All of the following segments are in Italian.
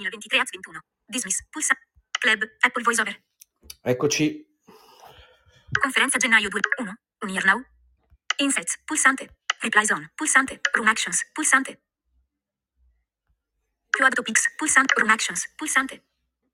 2023 at 21. Dismiss. Pulsa. Club. Apple VoiceOver. Eccoci. Conferenza gennaio 1. Unir now. Insights. Pulsante. Reply zone. Pulsante. Room actions. Pulsante. Più add topics. Pulsante. Room actions. Pulsante.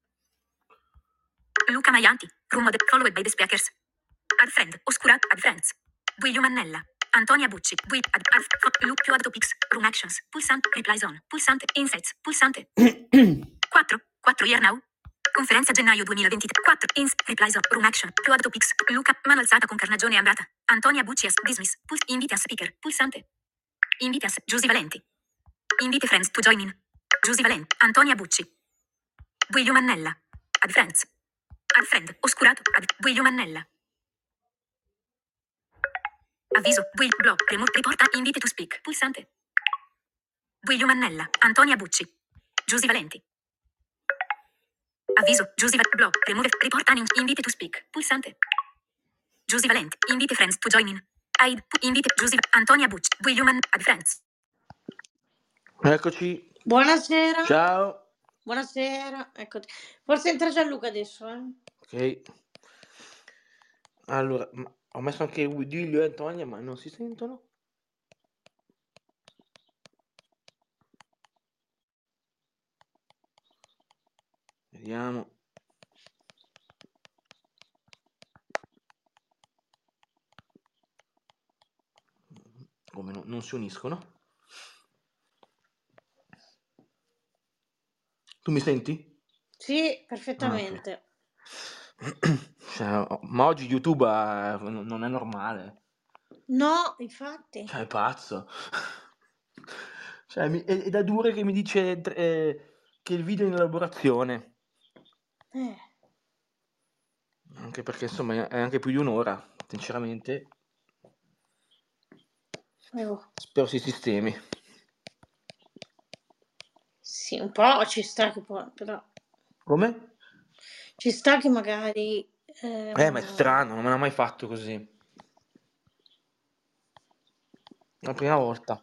Luca Maianti. Room mode. Followed by the speakers. Add friend. Oscurato. Add friends. Guiglio Mannella. Antonia Bucci. Look più add topics. Room actions. Pulsante. Reply zone. Pulsante. Insights. Pulsante. 4 year now. Conferenza gennaio 2023. 4. Reply zone. Room action. Più add topics. Luca. Mano alzata con Carnagione e Ambrata. Antonia Bucci as dismiss. Invite a speaker. Pulsante. Invite a Giusy Valenti. Invite friends to join in. Giusy Valenti. Antonia Bucci. Guiglio Mannella. Add friends. Add friend. Oscurato. Add. Guiglio Mannella. Avviso. Blog. Remote. Riporta. Invite to speak. Pulsante. Guiglio Mannella. Antonia Bucci. Giusy Valenti. Avviso. Giusy Blog. Remove. Riporta. Invite to speak. Pulsante. Giusy Valenti. Invite friends to join in. Invite. Giusy. Antonia Bucci. Guiglio Mannella. Add friends. Eccoci. Buonasera. Ciao. Buonasera. Eccoti. Forse entra Gianluca adesso, Ok. Allora, ho messo anche Guiglio e Antonia, ma non si sentono? Vediamo. Come no, non si uniscono? Tu mi senti? Sì, perfettamente. Ah, okay. Cioè, ma oggi YouTube non è normale. No, infatti. Cioè, è pazzo. Cioè, è da dure che mi dice che il video è in elaborazione. Anche perché, insomma, è anche più di un'ora, sinceramente. Spero si sistemi. Sì, un po' ci sta che poi, però. Come? Ci sta che magari... Ma è strano, non me l'ha mai fatto così. La prima volta.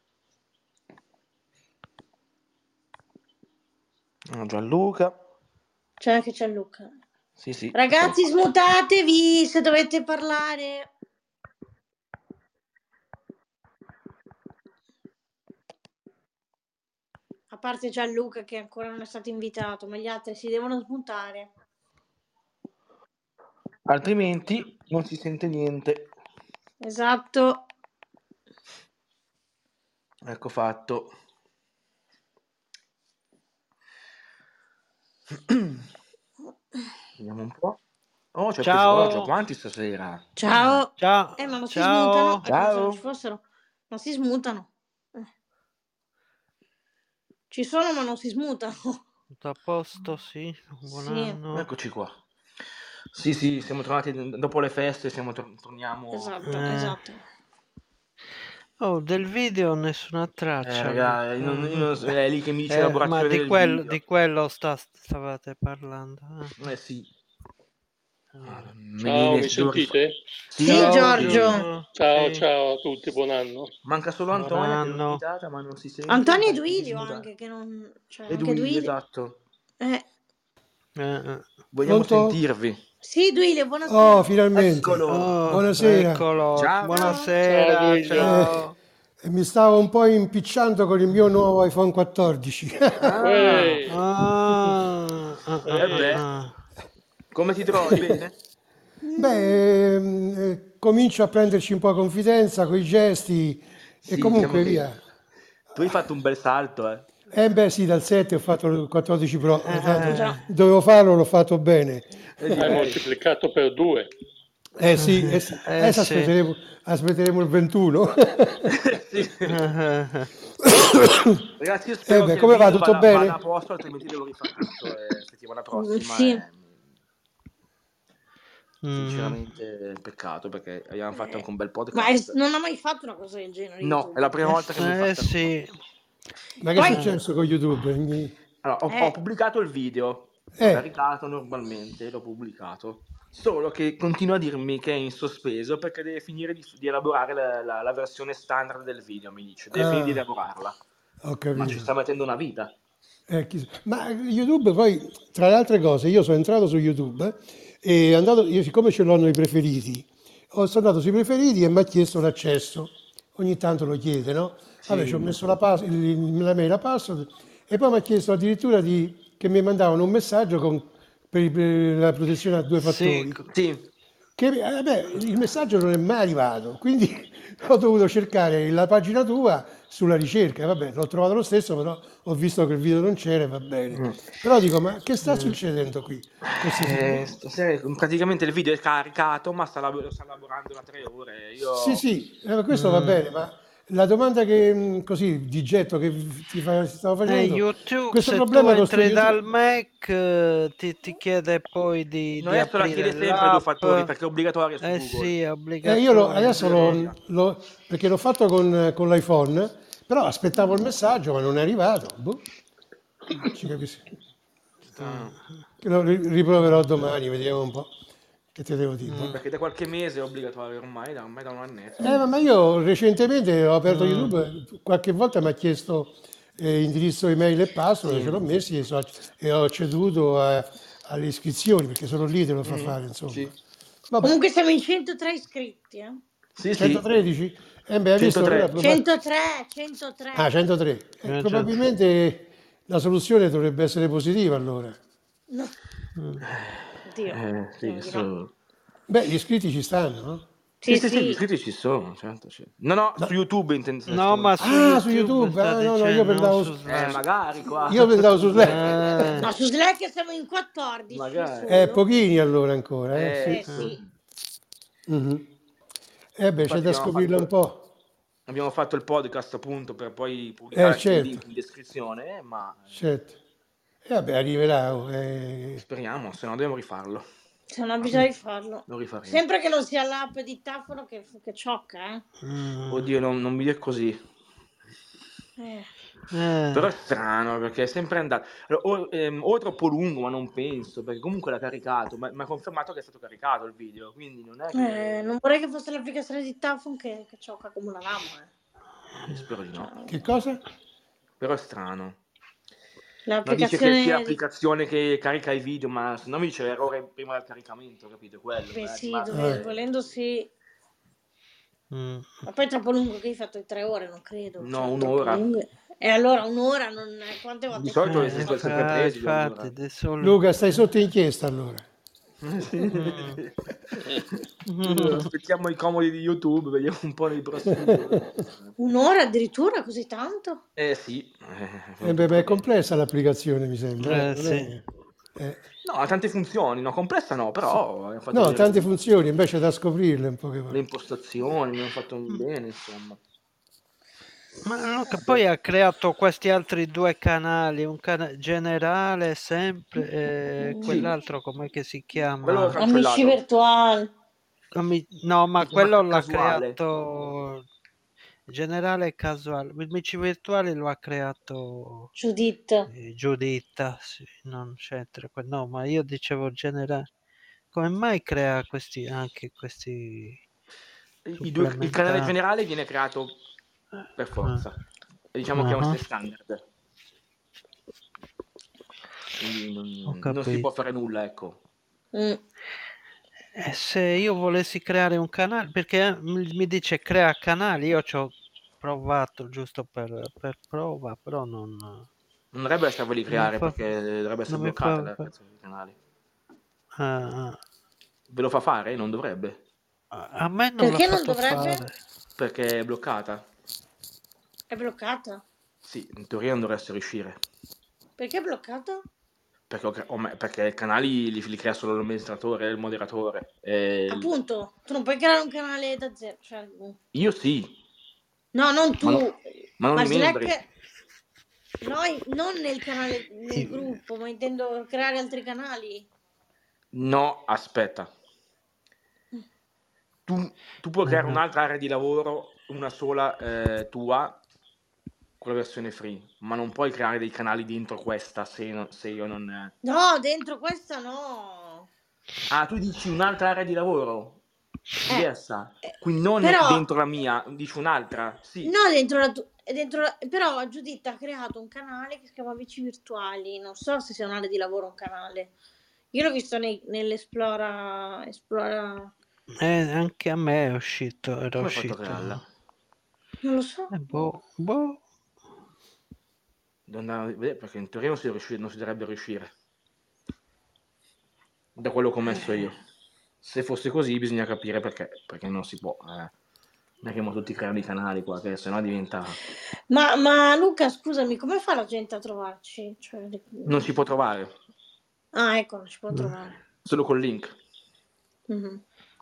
Gianluca. C'è anche Gianluca. Sì. Ragazzi, smutatevi se dovete parlare. A parte Gianluca che ancora non è stato invitato, ma gli altri si devono smutare. Altrimenti non si sente niente. Esatto. Ecco fatto. Vediamo un po'. Oh, c'è Giorgio, quanti stasera? Ciao. Ciao. Ma non si Ciao. smutano. Ciao. Se non ci fossero, non si smutano. Ci sono ma non si smutano. Tutto a posto, sì. Buon anno. Eccoci qua. Sì, siamo tornati dopo le feste, torniamo. Esatto. Oh, del video nessuna traccia. Raga, è lì che mi dice elaborazione del video. Di quello stavate parlando. Sì. Ciao, mi sentite? Sì, Giorgio. Ciao a tutti, buon anno. Manca solo Antonia che è invitata, ma non si sente. Antonia e Duilio anche che non... Cioè, e Duilio, esatto. Vogliamo sentirvi. Sì, Duilio, buonasera. Oh, finalmente. Eccolo. Buonasera. Eccolo. Ciao. Buonasera. Ciao. Mi stavo un po' impicciando con il mio nuovo iPhone 14. Come ti trovi? Bene? Beh, comincio a prenderci un po' confidenza con i gesti e comunque diciamo via. Tu hai fatto un bel salto, Sì, dal 7 ho fatto il 14 Pro. Dovevo farlo, l'ho fatto bene. Hai moltiplicato per 2. Sì. Aspetteremo il 21. Ragazzi, io spero che come va? Tutto bene? vada a posto, altrimenti devo rifare tutto settimana prossima. Sì. Sinceramente peccato, perché abbiamo fatto anche un bel podcast. Ma non ha mai fatto una cosa del genere? No, YouTube. è la prima volta che mi fa sì. Ma che è successo con YouTube? Allora, ho pubblicato il video, l'ho caricato normalmente, l'ho pubblicato, solo che continua a dirmi che è in sospeso perché deve finire di elaborare la versione standard del video, mi dice, deve finire di elaborarla. Ho capito. Ma ci sta mettendo una vita. Ma YouTube poi, tra le altre cose, io sono entrato su YouTube e io siccome ce l'ho nei preferiti, sono andato sui preferiti e mi ha chiesto l'accesso. Ogni tanto lo chiede, no? Vabbè, ci ho messo la mail, la password e poi mi ha chiesto addirittura che mi mandavano un messaggio per la protezione a 2 fattori. Sì. Che, il messaggio non è mai arrivato, quindi ho dovuto cercare la pagina tua sulla ricerca. Vabbè, l'ho trovato lo stesso, però ho visto che il video non c'era e va bene. Però dico, ma che sta succedendo qui? Praticamente il video è caricato, ma sta lavorando da 3 ore. Sì, questo va bene, ma la domanda che così di getto che stavo facendo, YouTube, questo se problema tu con sto entri YouTube... dal Mac ti chiede poi di adesso la chiede aprire sempre 2 l'app. fattori perché è obbligatoria su Google. Sì, è io obbligatorio. adesso perché l'ho fatto con l'iPhone, però aspettavo il messaggio ma non è arrivato. Boh. Ci capisco. Lo riproverò domani, vediamo un po'. Che ti devo dire? Perché da qualche mese è obbligatorio ormai da un annetto. Ma io recentemente ho aperto YouTube, qualche volta mi ha chiesto indirizzo email e password, ce l'ho messi e ho ceduto alle iscrizioni perché sono lì te lo fa fare, insomma. Sì. Vabbè. Comunque siamo in 103 iscritti, eh? Sì, 113? Hai visto? 103. 103. Ah, 103. Probabilmente la soluzione dovrebbe essere positiva allora. No. Oddio. Sì, Beh, gli iscritti ci stanno, no? Sì, gli iscritti ci sono, certo. No, su YouTube intenso. No, ma su YouTube. sta No, io pensavo su Slack. magari qua. Io pensavo su Slack. No, su Slack siamo in 14. Magari. Pochini allora ancora. Sì. C'è da scoprirlo un po'. Abbiamo fatto il podcast appunto per poi pubblicare il link in descrizione, ma... Certo. E vabbè, arriverà. Speriamo, se no dobbiamo rifarlo. Se no bisogna rifarlo. Lo rifaremo. Sempre che non sia l'app di Tafono che ciocca, eh. Oddio, non mi dire così. Però è strano perché è sempre andato o è troppo lungo, ma non penso, perché comunque l'ha caricato, ma ha confermato che è stato caricato il video, quindi non è che... non vorrei che fosse l'applicazione di Tafon che ciocca come una lama. Spero di no. Che cosa? Però è strano. L'applicazione... Dice che è l'applicazione che carica i video, ma se no mi dice errore prima del caricamento, capito? Quello. Beh, sì, volendo sì. Ma poi è troppo lungo che hai fatto 3 ore, non credo. No, un'ora. E allora un'ora non... Quante volte... Di solito è sempre presi. Luca, stai sotto inchiesta allora. Aspettiamo i comodi di YouTube, vediamo un po' nei prossimi giorni. Un'ora addirittura, così tanto? Sì. È complessa l'applicazione, mi sembra. Sì. No, ha tante funzioni, no, complessa no, però... No, tante funzioni, invece da scoprirle un po'. Le impostazioni, mi hanno fatto bene, insomma. Ma no, che poi ha creato questi altri 2 canali, un canale generale sempre, quell'altro com'è che si chiama? Amici virtuali. No, ma quello l'ha casuale. creato generale e casuale. Amici virtuali lo ha creato Giuditta, sì, non c'entra. No, ma io dicevo generale. Come mai crea anche questi il canale generale viene creato per forza. Diciamo che è un standard. Quindi non si può fare nulla, ecco. Se io volessi creare un canale, perché mi dice crea canali, io ci ho provato giusto per prova, però non dovrebbe esserveli creare perché dovrebbe essere bloccata la creazione dei canali. Ve lo fa fare? Non dovrebbe. A me non perché l'ha non dovrebbe? Fare. Perché è bloccata. È bloccata? Sì, in teoria non dovreste riuscire. Perché è bloccata? Perché i canali li crea solo l'amministratore e il moderatore. Appunto, tu non puoi creare un canale da zero. Cioè... Io sì. No, non tu. Ma non i membri. Noi, non nel canale, nel gruppo, ma intendo creare altri canali. No, aspetta. Tu puoi creare un'altra area di lavoro, una sola tua, con la versione free, ma non puoi creare dei canali dentro questa se io non... No, dentro questa no. Ah, tu dici un'altra area di lavoro? Diversa? Quindi non dentro la mia, dici un'altra? Sì. No, dentro la tua... però Giuditta ha creato un canale che si chiama Amici Virtuali, non so se sia un'area di lavoro o un canale. Io l'ho visto nell'Esplora. Anche a me è uscito, era Come hai fatto a uscito. crearla? Non lo so. Boh. Devo andare a vedere, perché in teoria non si dovrebbe riuscire. Da quello che ho messo io. Se fosse così bisogna capire perché non si può. Non è che mo tutti creano i canali qua, che sennò diventa... Ma Luca, scusami, come fa la gente a trovarci? Cioè, Non si può trovare, ah, ecco, non si può trovare. solo col link. Mhm.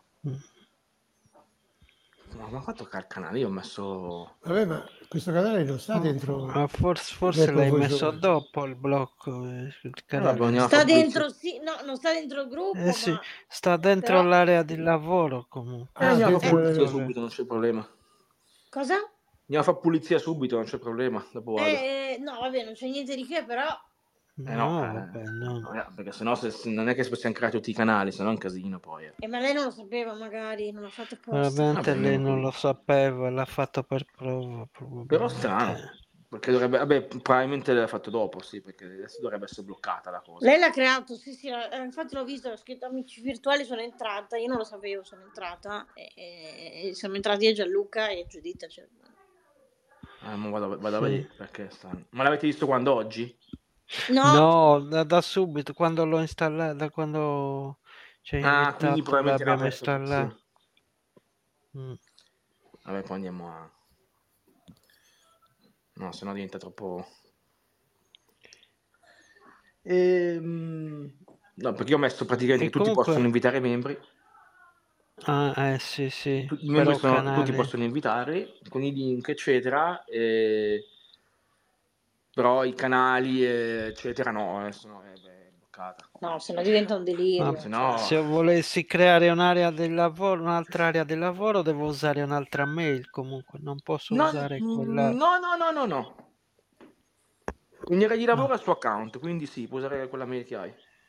Ma come ho fatto il canale? Io ho messo... Vabbè, ma questo canale non sta dentro Ma forse Apple l'hai Voice messo Over. dopo il blocco. Il canale. vabbè, andiamo a Sta fare pulizia. dentro, sì, no, non sta dentro il gruppo, Sì, ma sta dentro però- l'area di lavoro comunque. Andiamo a fare dentro pulizia le- subito, non c'è problema. cosa? Andiamo a fare pulizia subito, non c'è problema. Dopo vado. No, vabbè, non c'è niente di che, però Vabbè, no. Perché sennò non è che possiamo creare tutti i canali, sennò è un casino poi. ma lei non lo sapeva, magari non l'ha fatto apposta. Probabilmente Vabbè, lei no. non lo sapeva, l'ha fatto per prova. Però strano, perché dovrebbe, probabilmente l'ha fatto dopo, sì, perché adesso dovrebbe essere bloccata la cosa. Lei l'ha creato, sì, infatti l'ho visto, ho scritto Amici Virtuali, sono entrata, io non lo sapevo, sono entrata, e siamo entrati io, Gianluca e Giuditta. Cioè... Ma vado a vedere, perché stanno... Ma l'avete visto quando? Oggi? No, da subito, quando l'ho installato, da quando ci hai Quindi invitato probabilmente era l'abbiamo aperto, installato. sì. Vabbè, poi andiamo a... No, sennò diventa troppo... No, perché io ho messo praticamente E che tutti comunque- possono invitare membri. Sì. I membri tutti possono invitare con i link, eccetera. Però i canali, eccetera, no, sennò è bloccata. no, se no diventa un delirio. Sennò... Se volessi creare un'area del lavoro, un'altra area del lavoro, devo usare un'altra mail comunque, non posso usare quella. No. Un'area di lavoro è il suo account, quindi sì, puoi usare quella mail che hai.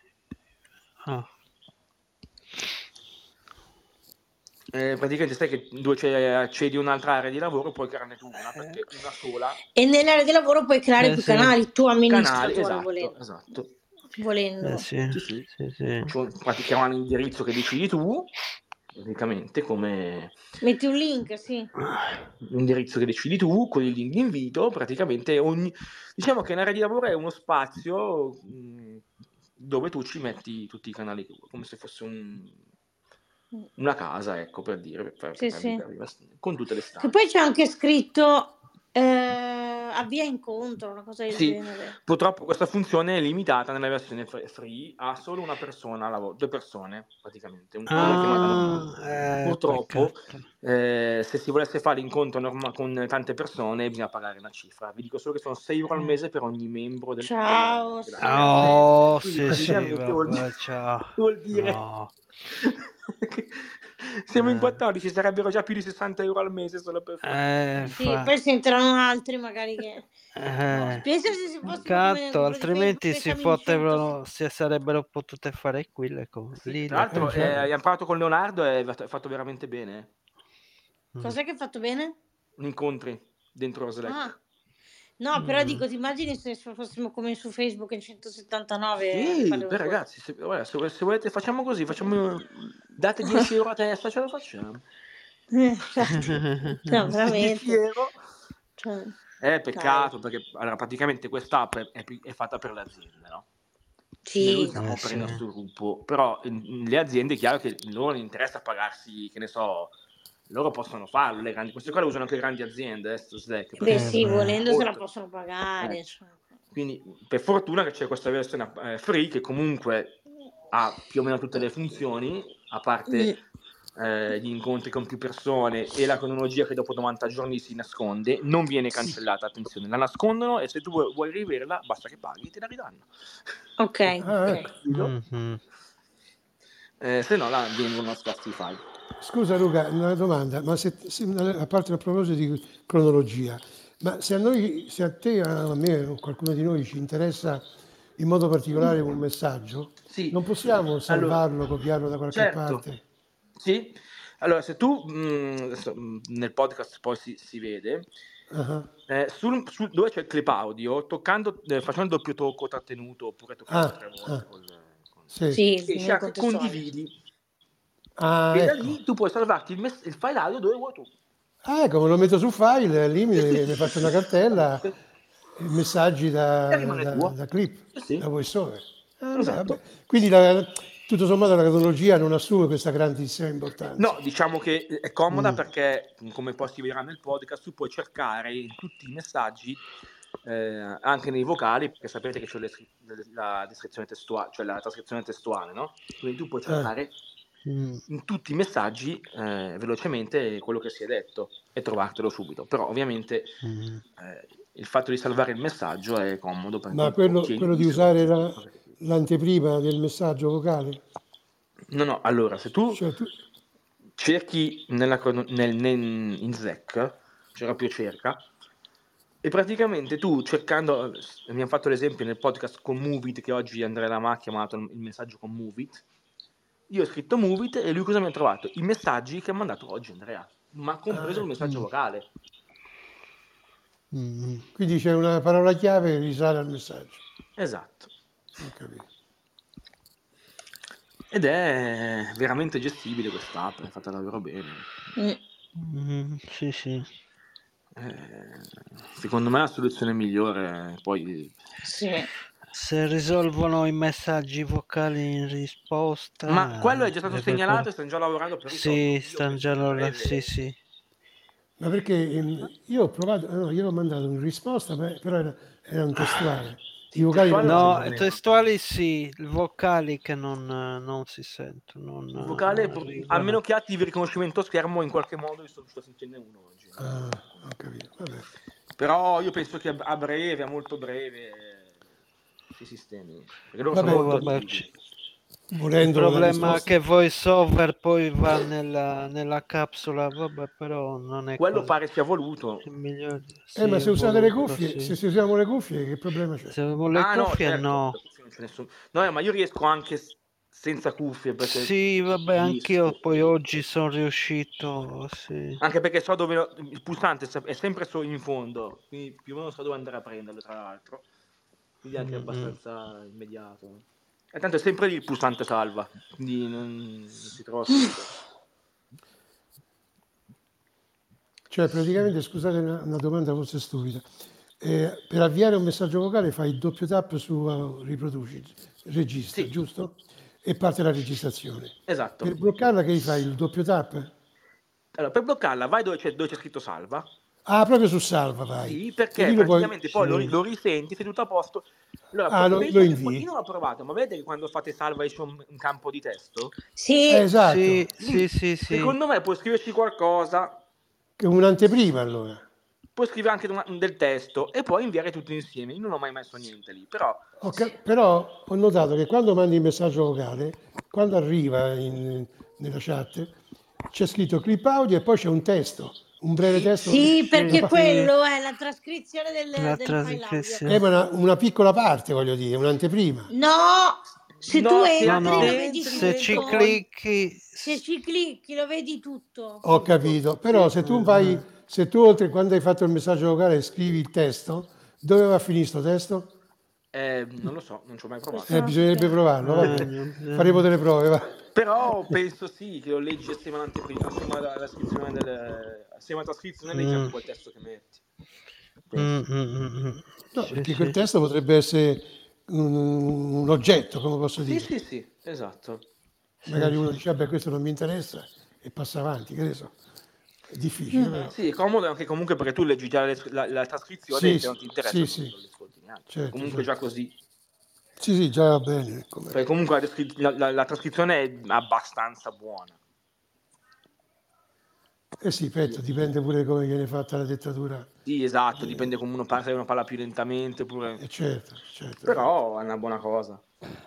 Praticamente sai che dove accedi a un'altra area di lavoro puoi crearne tu una, perché una sola... E nell'area di lavoro puoi creare più sì. canali, tu Canali, amministratore, esatto. volendo. Sì. Chiama un indirizzo che decidi tu, praticamente come... Metti un link, sì. L'indirizzo che decidi tu, con il link di invito, praticamente diciamo che un'area di lavoro è uno spazio dove tu ci metti tutti i canali che vuoi, come se fosse una casa, ecco, per dire, Sì. con tutte le Che stanze. poi c'è anche scritto avvia incontro, una cosa del genere. Purtroppo questa funzione è limitata nella versione free a solo una persona, 2 persone praticamente, una chiamata normale. Purtroppo se si volesse fare l'incontro con tante persone bisogna pagare una cifra. Vi dico solo che sono 6 euro al mese per ogni membro Ciao. della sì, vabbè, ciao. Vuol dire che siamo in 14, sarebbero già più di 60 euro al mese solo per fare. Sì, poi se entrano altri magari che... penso se si fossero altrimenti si sarebbero potute fare quelle lì. Tra l'altro abbiamo parlato con Leonardo e è fatto veramente bene. Cos'è che è fatto bene? Incontri dentro Slack. No, però dico, ti immagini se fossimo come su Facebook in 179? Sì, beh, ragazzi, se volete facciamo così, date 10 euro a testa, ce la facciamo. No, veramente. 10 euro. È peccato, perché allora, praticamente quest'app è fatta per le aziende, no? Noi lo usiamo per il nostro gruppo, però le aziende è chiaro che loro non interessa pagarsi, che ne so, loro possono farlo, queste qua le usano anche le grandi aziende, Slack. Beh sì, volendo se la possono pagare. Quindi per fortuna che c'è questa versione free che comunque ha più o meno tutte le funzioni, a parte gli incontri con più persone e la cronologia che dopo 90 giorni si nasconde, non viene cancellata, attenzione, la nascondono e se tu vuoi riverla basta che paghi e te la ridanno. Ok. Se no la vengono nascosti i file. Scusa Luca, una domanda, ma a parte a proposito di cronologia, ma se a te, a me o a qualcuno di noi ci interessa in modo particolare un messaggio, non possiamo salvarlo, copiarlo da qualche parte? Sì, allora se tu nel podcast poi si vede, Dove c'è il clip audio, toccando, facendo il doppio tocco trattenuto oppure toccando 3 volte Sì, esce anche condividi. E da ecco. lì tu puoi salvarti il file audio dove vuoi tu. Ecco, me lo metto su file, lì mi faccio una cartella, messaggi da clip, da voiceover. Esatto. Quindi tutto sommato la tecnologia non assume questa grandissima importanza. No, diciamo che è comoda perché, come poi si vedrà nel podcast, tu puoi cercare in tutti i messaggi, anche nei vocali, perché sapete che c'è la descrizione testuale, cioè la trascrizione testuale, no? Quindi tu puoi cercare in tutti i messaggi velocemente quello che si è detto e trovartelo subito. Però ovviamente il fatto di salvare il messaggio è comodo. Ma quello di usare l'anteprima del messaggio vocale? No, allora se tu cerchi in ZEC, c'era più cerca, e praticamente tu cercando, abbiamo fatto l'esempio nel podcast con Movit, che oggi Andrea Lama ha chiamato il messaggio con Movit. Io ho scritto Movit e lui cosa mi ha trovato? I messaggi che ha mandato oggi Andrea, ma compreso il messaggio vocale. Quindi c'è una parola chiave che risale al messaggio. Esatto. Ho capito. Ed è veramente gestibile quest'app, è fatta davvero bene. Sì. Secondo me è la soluzione migliore. Poi se risolvono i messaggi vocali in risposta, ma quello è già stato segnalato e stanno già lavorando per risolverlo. Sì, stanno già lavorando. Sì. Ma perché io ho provato, io l'ho mandato in risposta, però era un testuale. I vocali testuali sì, i vocali che non si sentono. Il vocale, a meno che attivi il riconoscimento schermo, in qualche modo io sono riuscito a sentirne uno oggi. Ho capito. Vabbè. Però io penso che a breve, a molto breve, si sistemi. Perché loro sono molto il problema è che VoiceOver poi va nella capsula, però non è quello pare sia voluto. Ma se usate le cuffie, se usiamo le cuffie, che problema c'è? Se usiamo le cuffie, no. No, ma io riesco anche senza cuffie. Perché sì, vabbè, anch'io poi oggi sono riuscito. Sì. Anche perché so dove il pulsante è sempre in fondo, quindi più o meno so dove andare a prenderlo, tra l'altro. Quindi anche abbastanza immediato. E tanto è sempre lì il pulsante salva, quindi non si trova subito. Cioè, praticamente, scusate una domanda forse stupida. Per avviare un messaggio vocale fai il doppio tap su riproduci, registra, sì. Giusto? E parte la registrazione. Esatto. Per bloccarla che fai il doppio tap? Allora, per bloccarla vai dove c'è scritto salva. Ah, proprio su salva vai. Sì, perché praticamente poi lo risenti, sei tutto a posto. Allora, lo invii. Io non l'ho provato, ma vedete che quando fate salva esce un campo di testo? Sì, esatto. Sì. Secondo me puoi scriverci qualcosa. Che un'anteprima allora. Puoi scrivere anche del testo e poi inviare tutto insieme. Io non ho mai messo niente lì, però... Però ho notato che quando mandi il messaggio vocale, quando arriva nella chat, c'è scritto clip audio e poi c'è un testo, un breve testo. Sì, perché quello è la trascrizione del file audio. Ma una piccola parte, voglio dire, un'anteprima. No! Se tu entri lo vedi se ci clicchi lo vedi tutto. Ho capito, però se tu oltre quando hai fatto il messaggio vocale scrivi il testo, dove va a finire sto testo? Non lo so, non ci ho mai provato. Bisognerebbe provarlo, faremo delle prove, va. Però penso sì, che lo leggi assieme all'anteprima, assieme alla trascrizione leggi anche quel testo che metti. No, perché quel testo potrebbe essere un oggetto, come posso dire. Sì, esatto. Magari uno dice, vabbè, questo non mi interessa e passa avanti, che ne so. È difficile, però. Sì, è comodo anche comunque perché tu leggi già la trascrizione e se non ti interessa non lo ascolti neanche. Certo, comunque già così. Sì, già va bene. Perché comunque la trascrizione è abbastanza buona. Sì, dipende pure come viene fatta la dettatura. Sì, esatto, dipende come uno parla, se uno parla più lentamente pure. Certo. Però è una buona cosa.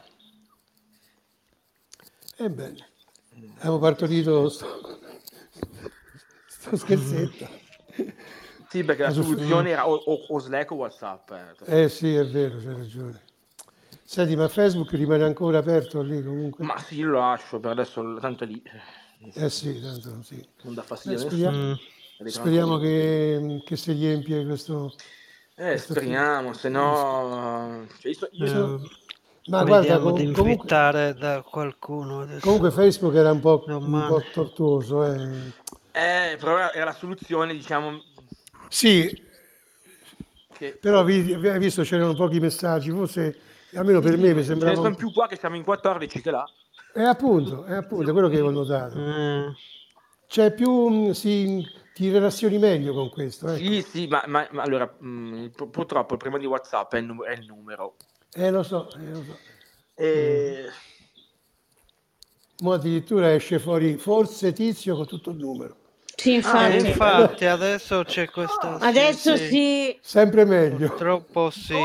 Ebbene, abbiamo partorito sto scherzetto. Sì, perché la soluzione era o Slack o WhatsApp. Sì, è vero, c'hai ragione. Senti, ma Facebook rimane ancora aperto lì comunque? Ma sì, lo lascio per adesso, tanto è lì. Sì, tanto sì. Non dà fastidio a nessuno. Speriamo che si riempie questo speriamo, se no... Ma guarda, Vediamo di invittare da qualcuno adesso. Comunque Facebook era un po' Domani. tortuoso. Però era la soluzione, diciamo... Sì, che... però hai visto c'erano pochi messaggi, forse almeno per me mi sembrava... Ce ne sono più qua che siamo in 14 che là. È appunto quello che ho notato. C'è più, ti relazioni meglio con questo. Ecco. Sì, ma allora, purtroppo il problema di WhatsApp è il numero. Lo so. Mo addirittura esce fuori forse Tizio con tutto il numero. Sì, infatti. Adesso c'è questa... Adesso sì. Sempre meglio. Purtroppo sì.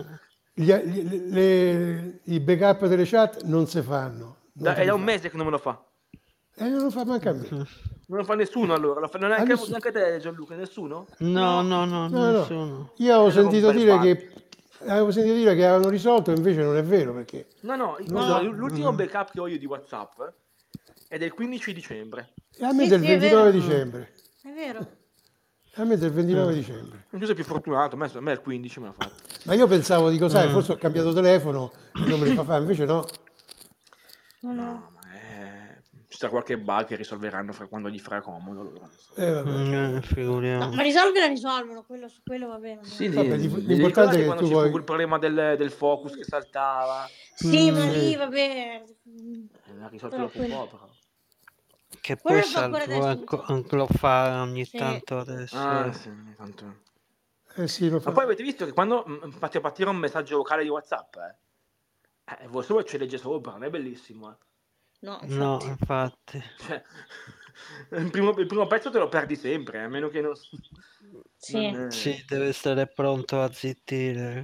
I backup delle chat non si fanno. È da un mese che non me lo fa. Non lo fa manco a me. Non lo fa nessuno allora. Non è neanche te, Gianluca, nessuno? No, nessuno. Io avevo sentito dire che avevano risolto, invece non è vero perché... No. L'ultimo backup che ho io di WhatsApp è del 15 dicembre. E a me del 29 dicembre. È vero. A me del 29 dicembre. Non sei più fortunato, a me il 15 me l'ha fatto. Ma io pensavo, dico, sai, forse ho cambiato telefono e non me li fa fare, invece no. No, ma ci sarà qualche bug che risolveranno quando gli farà comodo. Figuriamo. No, ma risolvono, su quello va bene. Sì, l'importante è che quando tu c'è vuoi... quel problema del focus che saltava. Sì, ma lì vabbè. Ha risolto dopo un po', però. Che poi lo fa ogni tanto adesso. Sì, ogni tanto. Sì, lo fa. Ma poi avete visto che quando fate partire un messaggio vocale di WhatsApp, voi solo ci legge sopra, non è bellissimo. No, infatti. Cioè, il primo pezzo te lo perdi sempre, a meno che non... Sì, deve stare pronto a zittire.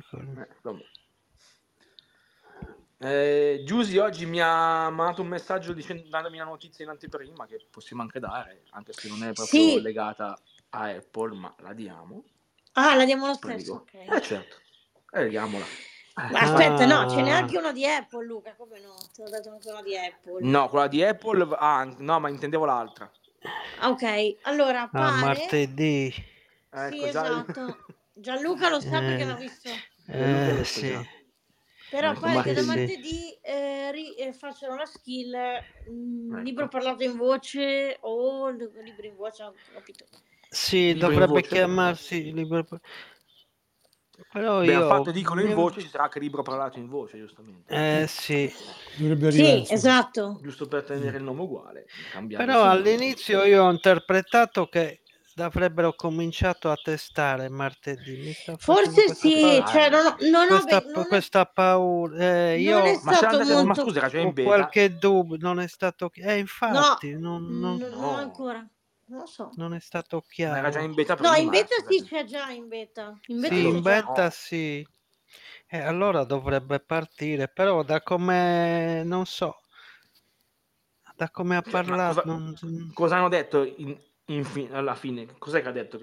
Giusy oggi mi ha mandato un messaggio dandomi una notizia in anteprima che possiamo anche dare, anche se non è proprio legata a Apple, ma la diamo. La diamo lo stesso? Okay. Certo, diamola. Ma aspetta, no, ce n'è anche uno di Apple, Luca, come no? Ti ho dato anche una di Apple. No, quella di Apple, no, ma intendevo l'altra. Ok, allora pare... martedì. Sì, esatto. Gianluca lo sa perché l'ha visto. Sì. Però pare che da martedì facciano la skill libro parlato in voce o libro in voce, non ho capito. Sì, dovrebbe chiamarsi libro. Però abbiamo fatto dicono in voce, ci sarà anche libro parlato in voce, giustamente. Sì. Dovrebbe arrivare. Sì, esatto. Giusto per tenere il nome uguale. Però all'inizio io ho interpretato che avrebbero cominciato a testare martedì. Forse sì, cioè questa paura. Io è stato molto... ma scusa, era già in beta. Qualche dubbio, non è stato infatti, no, ancora. Non lo so. Non è stato chiaro. Ma era già in beta prima. No, in beta sì, c'è già in beta. In beta sì. Allora dovrebbe partire, però da come non so. Da come ha parlato. Cosa hanno detto alla fine? Cos'è che ha detto?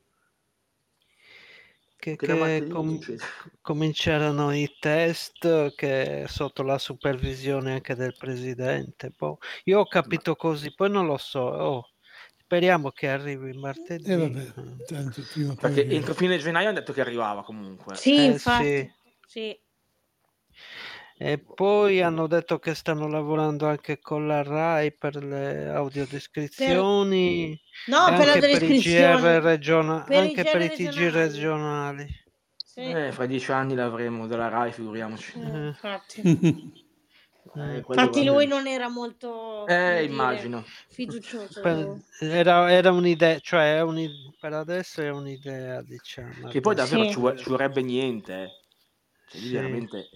Che cominciarono i test che sotto la supervisione anche del presidente. Io ho capito così, poi non lo so. Speriamo che arrivi martedì. Vabbè, tanto prima perché entro fine gennaio hanno detto che arrivava comunque. Sì, infatti. Sì. E poi hanno detto che stanno lavorando anche con la RAI per le audiodescrizioni. No, per anche per i GR regionali. Anche per i TG regionali. Sì. Fra 10 anni l'avremo della RAI, figuriamoci. Infatti. Infatti lui non era molto immagino fiducioso. Era un'idea, cioè per adesso è un'idea, diciamo. Che poi davvero ci vorrebbe niente. Cioè, sì. Veramente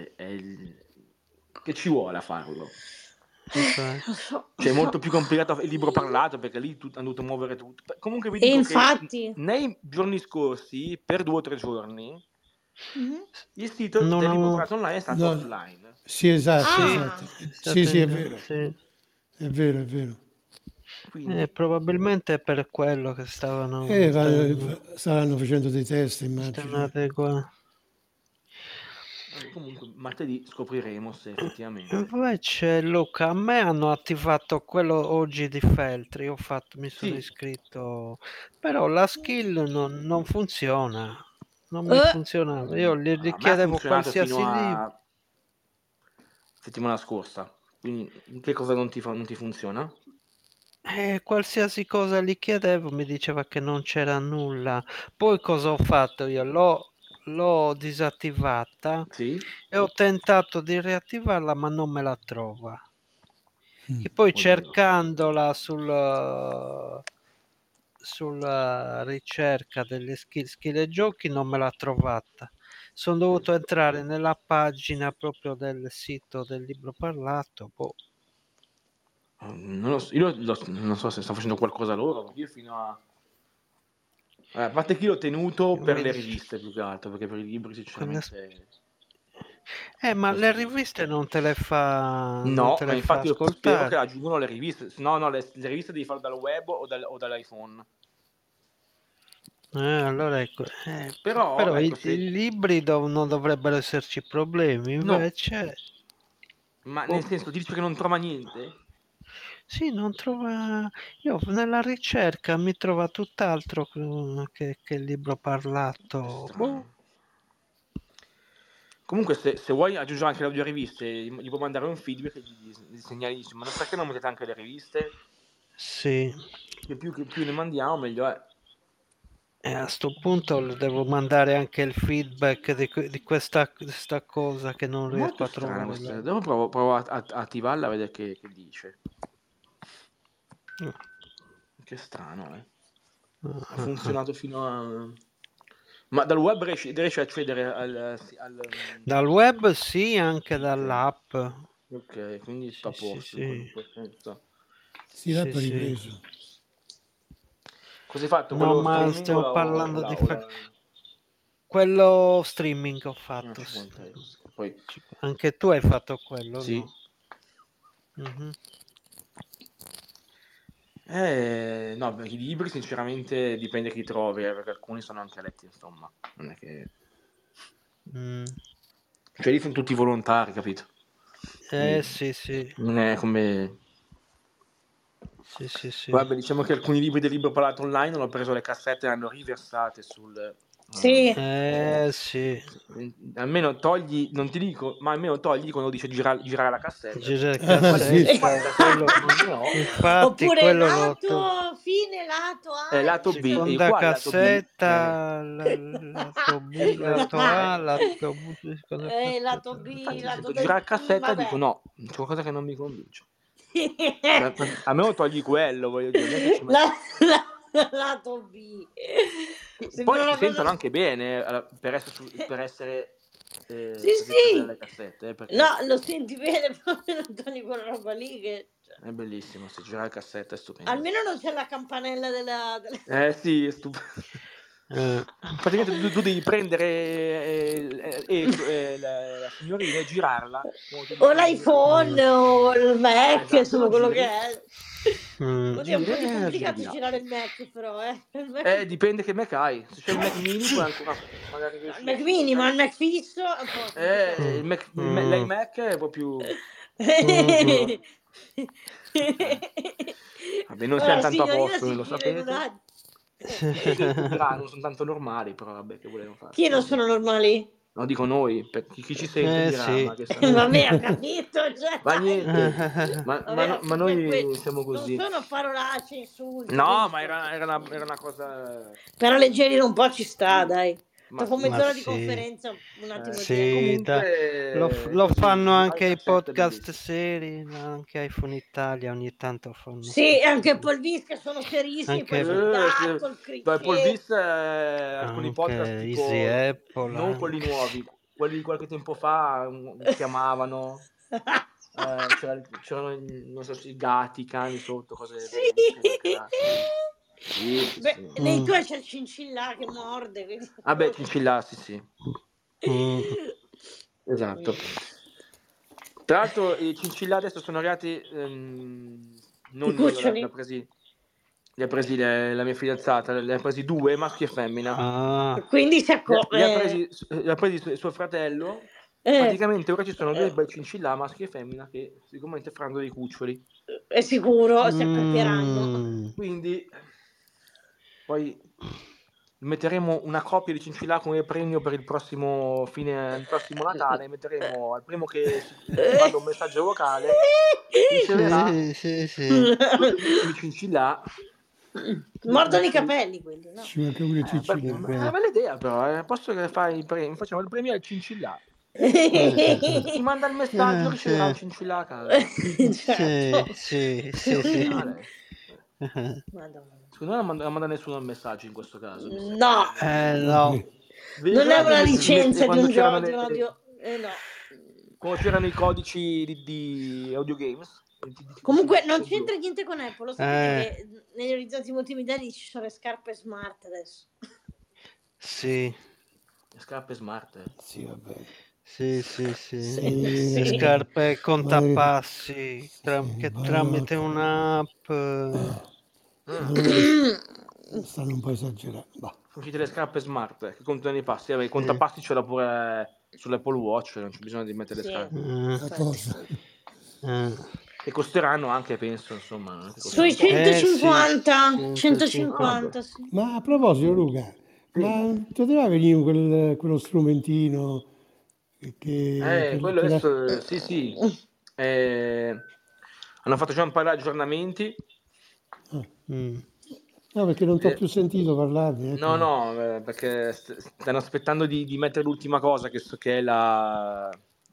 che ci vuole a farlo? Cioè, è molto più complicato il libro parlato, perché lì hanno dovuto muovere tutto. Comunque vi dico che nei giorni scorsi, per 2 o 3 giorni, il sito del libro parlato online è stato offline. Sì, esatto. Sì, è vero. Sì. È vero. Quindi... probabilmente è per quello che stavano staranno facendo dei test, immagino. Comunque martedì scopriremo se effettivamente. Invece Luca, a me hanno attivato quello oggi di Feltri, mi sono Sì. iscritto, però la skill non funziona, non mi funzionava. Io gli A me ha richiedevo funzionato qualsiasi fino libro. a settimana scorsa. Quindi che cosa non ti funziona? Qualsiasi cosa gli chiedevo mi diceva che non c'era nulla. Poi cosa ho fatto io? L'ho disattivata Sì? e ho tentato di riattivarla, ma non me la trova. Che Mm. poi Oddio. cercandola sulla ricerca delle skill e giochi non me l'ha trovata. Sono dovuto entrare nella pagina proprio del sito del libro parlato. Boh. Non lo so, io non so se sta facendo qualcosa loro. Io fino a parte che io l'ho tenuto per le riviste più che altro, perché per i libri sinceramente Ma questo le riviste non te le fa no, ma infatti io spero che ascoltare. aggiungano le riviste. No, le riviste devi farle dal web o dall'iPhone. Allora ecco, Però ecco, i libri non dovrebbero esserci problemi, no, invece ma boh. nel senso ti dice che non trova niente? Sì, non trova. Io nella ricerca mi trova tutt'altro che il libro parlato. Boh. Strano. Comunque se vuoi aggiungere anche le audioriviste, gli puoi mandare un feedback e gli segnali, dici, ma perché non mettete anche le riviste? Sì. Che più ne mandiamo meglio è. E a sto punto le devo mandare anche il feedback di questa cosa che non riesco Molto a strana trovare. questa. Dopo provo a attivarla a vedere che dice. Che strano, eh. Ha funzionato fino a... Ma dal web riesci a accedere al... Dal web sì, anche Ok. dall'app. Ok, quindi sta a Sì, posto in quel senso. Sì, l'app sì, ha sì. ripreso. Cosa hai fatto? No, Quello ma streaming stiamo parlando di la... quello streaming ho fatto. 50 euro. Poi Anche tu hai fatto quello, sì. no? Mhm. No, perché i libri sinceramente dipende chi trovi, perché alcuni sono anche letti, insomma. Non è che... Cioè lì sono tutti volontari, capito? Sì, sì. Non è come... Sì, sì, sì. Vabbè, diciamo che alcuni libri del libro parlato online hanno preso le cassette e le hanno riversate sul... Sì. Sì. Almeno togli, non ti dico, ma almeno togli quando dice girare la cassetta. Gira il Ah, sì. cassetta, quello, infatti Oppure quello lato fine, lato A, lato B, seconda qua lato B. cassetta, lato B, lato A, lato B, seconda lato cassetta. B, Infatti lato sento del girare la C, cassetta e dico vabbè. no, c'è qualcosa che non mi convince. Cioè, almeno togli quello, voglio dire. Non è che ci Lato B. Poi si sentono anche bene per essere Sì, per le sì. cassette, perché No, lo senti bene, proprio non togli quella roba lì che... è bellissimo, se gira la cassetta è stupendo. Almeno non c'è la campanella della... Sì, è stupendo. Praticamente tu devi prendere la signorina e girarla. O l'iPhone o il Mac, Esatto, insomma, lo quello giri. che è. Oddio, è un po' Giri di e giri complicato di là. girare il Mac, però, Il Mac... Dipende che Mac hai. Se c'è il Mac mini puoi ancora magari No, il riuscire. Mac mini, ma il Mac fisso è un po' complicato. L'iMac è un po' più... Vabbè, non siamo La tanto a signorina posto, si lo gira in un sapete. attimo. Non sono tanto normali, però vabbè, che volevano fare? Chi non sono normali? No, dico noi, per chi ci sente dirà, Sì. ma che Vabbè, ho capito, cioè, Ma dai. niente, Vabbè, ma noi siamo non così. sono parolacce, insulti. No, quindi- ma era una cosa... Per alleggerire un po' ci sta, dai. Ma Dopo sì. mezz'ora di sì. conferenza, un attimo Sì, di... Comunque, lo così, fanno girare anche i cassette è podcast bellissimo. seri, anche iPhone Italia ogni tanto fanno. Sì, anche Polvis che sono serissimi, Anche poi sul gatto, il Dai, Paul cricket. Vis, alcuni podcast Anche tipo, Easy Apple, non quelli anche. nuovi, quelli di qualche tempo fa chiamavano, c'erano, non so, i gatti, i cani sotto, cose Sì. Sì, Beh, sì. nei tuoi c'è il cincilla che morde. Quindi... Vabbè, cincillassi, sì. Esatto. Tra l'altro i cincilla adesso sono arrivati, non io, cuccioli. li ha presi la mia fidanzata, li ha presi 2, maschio e femmina. Ah, Quindi si Li ha presi suo fratello praticamente ora ci sono 2 bei cincillà, maschio e femmina, che sicuramente faranno dei cuccioli. È sicuro, si accopieranno. Quindi poi metteremo una coppia di cincillà come premio per il prossimo Natale. Metteremo al primo che ci manda un messaggio vocale riceverà i cincillà. Mordono i capelli quelli, no? Ci manca pure il cincillà. È una bella idea, però. Posso che fai il premio? Facciamo il premio al cincillà. Ti manda il messaggio, riceverà un cincillà a casa. Certo. Sì. Madonna. Secondo me non manda nessuno il messaggio in questo caso. No, No. non è una licenza di un gioco di un no. audio. Come c'erano i codici di audio games. Comunque non c'entra niente con Apple, lo sapete che negli orizzonti multimediali ci sono le scarpe smart adesso. Sì. Le scarpe smart. Sì, vabbè. Sì. Le scarpe contapassi che tramite un'app. Stanno un po' esagerando. Sono uscite le scarpe smart che contano i passi. I contapassi ce l'ha pure sull'Apple Watch, non c'è bisogno di mettere le scarpe. E costeranno anche, penso, insomma. Sui 150. 150, sì. Ma a proposito, Luca, ma poteva venire quello strumentino quello adesso, sì. Hanno fatto già un paio di aggiornamenti. No, perché non ti ho più sentito parlarne. No, perché stanno aspettando di mettere l'ultima cosa, che è la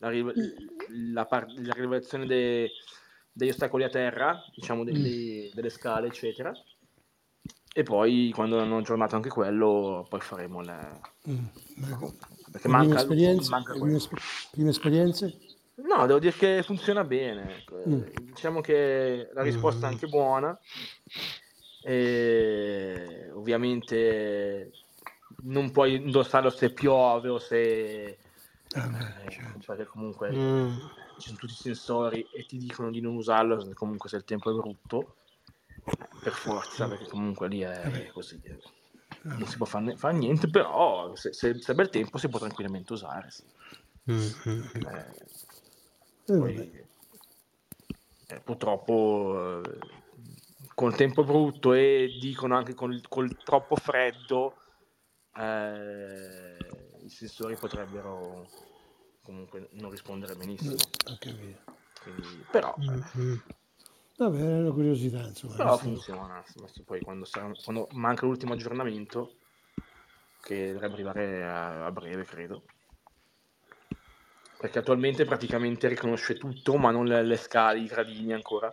rivelazione degli ostacoli a terra, diciamo delle scale, eccetera. E poi, quando hanno aggiornato anche quello, poi faremo perché manca prime esperienze? No, devo dire che funziona bene. Diciamo che la risposta è anche buona. E ovviamente non puoi indossarlo se piove o se perché comunque ci sono tutti i sensori e ti dicono di non usarlo comunque se il tempo è brutto, per forza, perché comunque lì è così, non si può fare niente, però se è bel tempo si può tranquillamente usare, sì. Poi, purtroppo con il tempo brutto e dicono anche col troppo freddo i sensori potrebbero comunque non rispondere benissimo. Quindi, però vabbè, è una curiosità, insomma. Però funziona. Poi quando manca l'ultimo aggiornamento, che dovrebbe arrivare a breve, credo. Perché attualmente praticamente riconosce tutto, ma non le scale, i gradini ancora.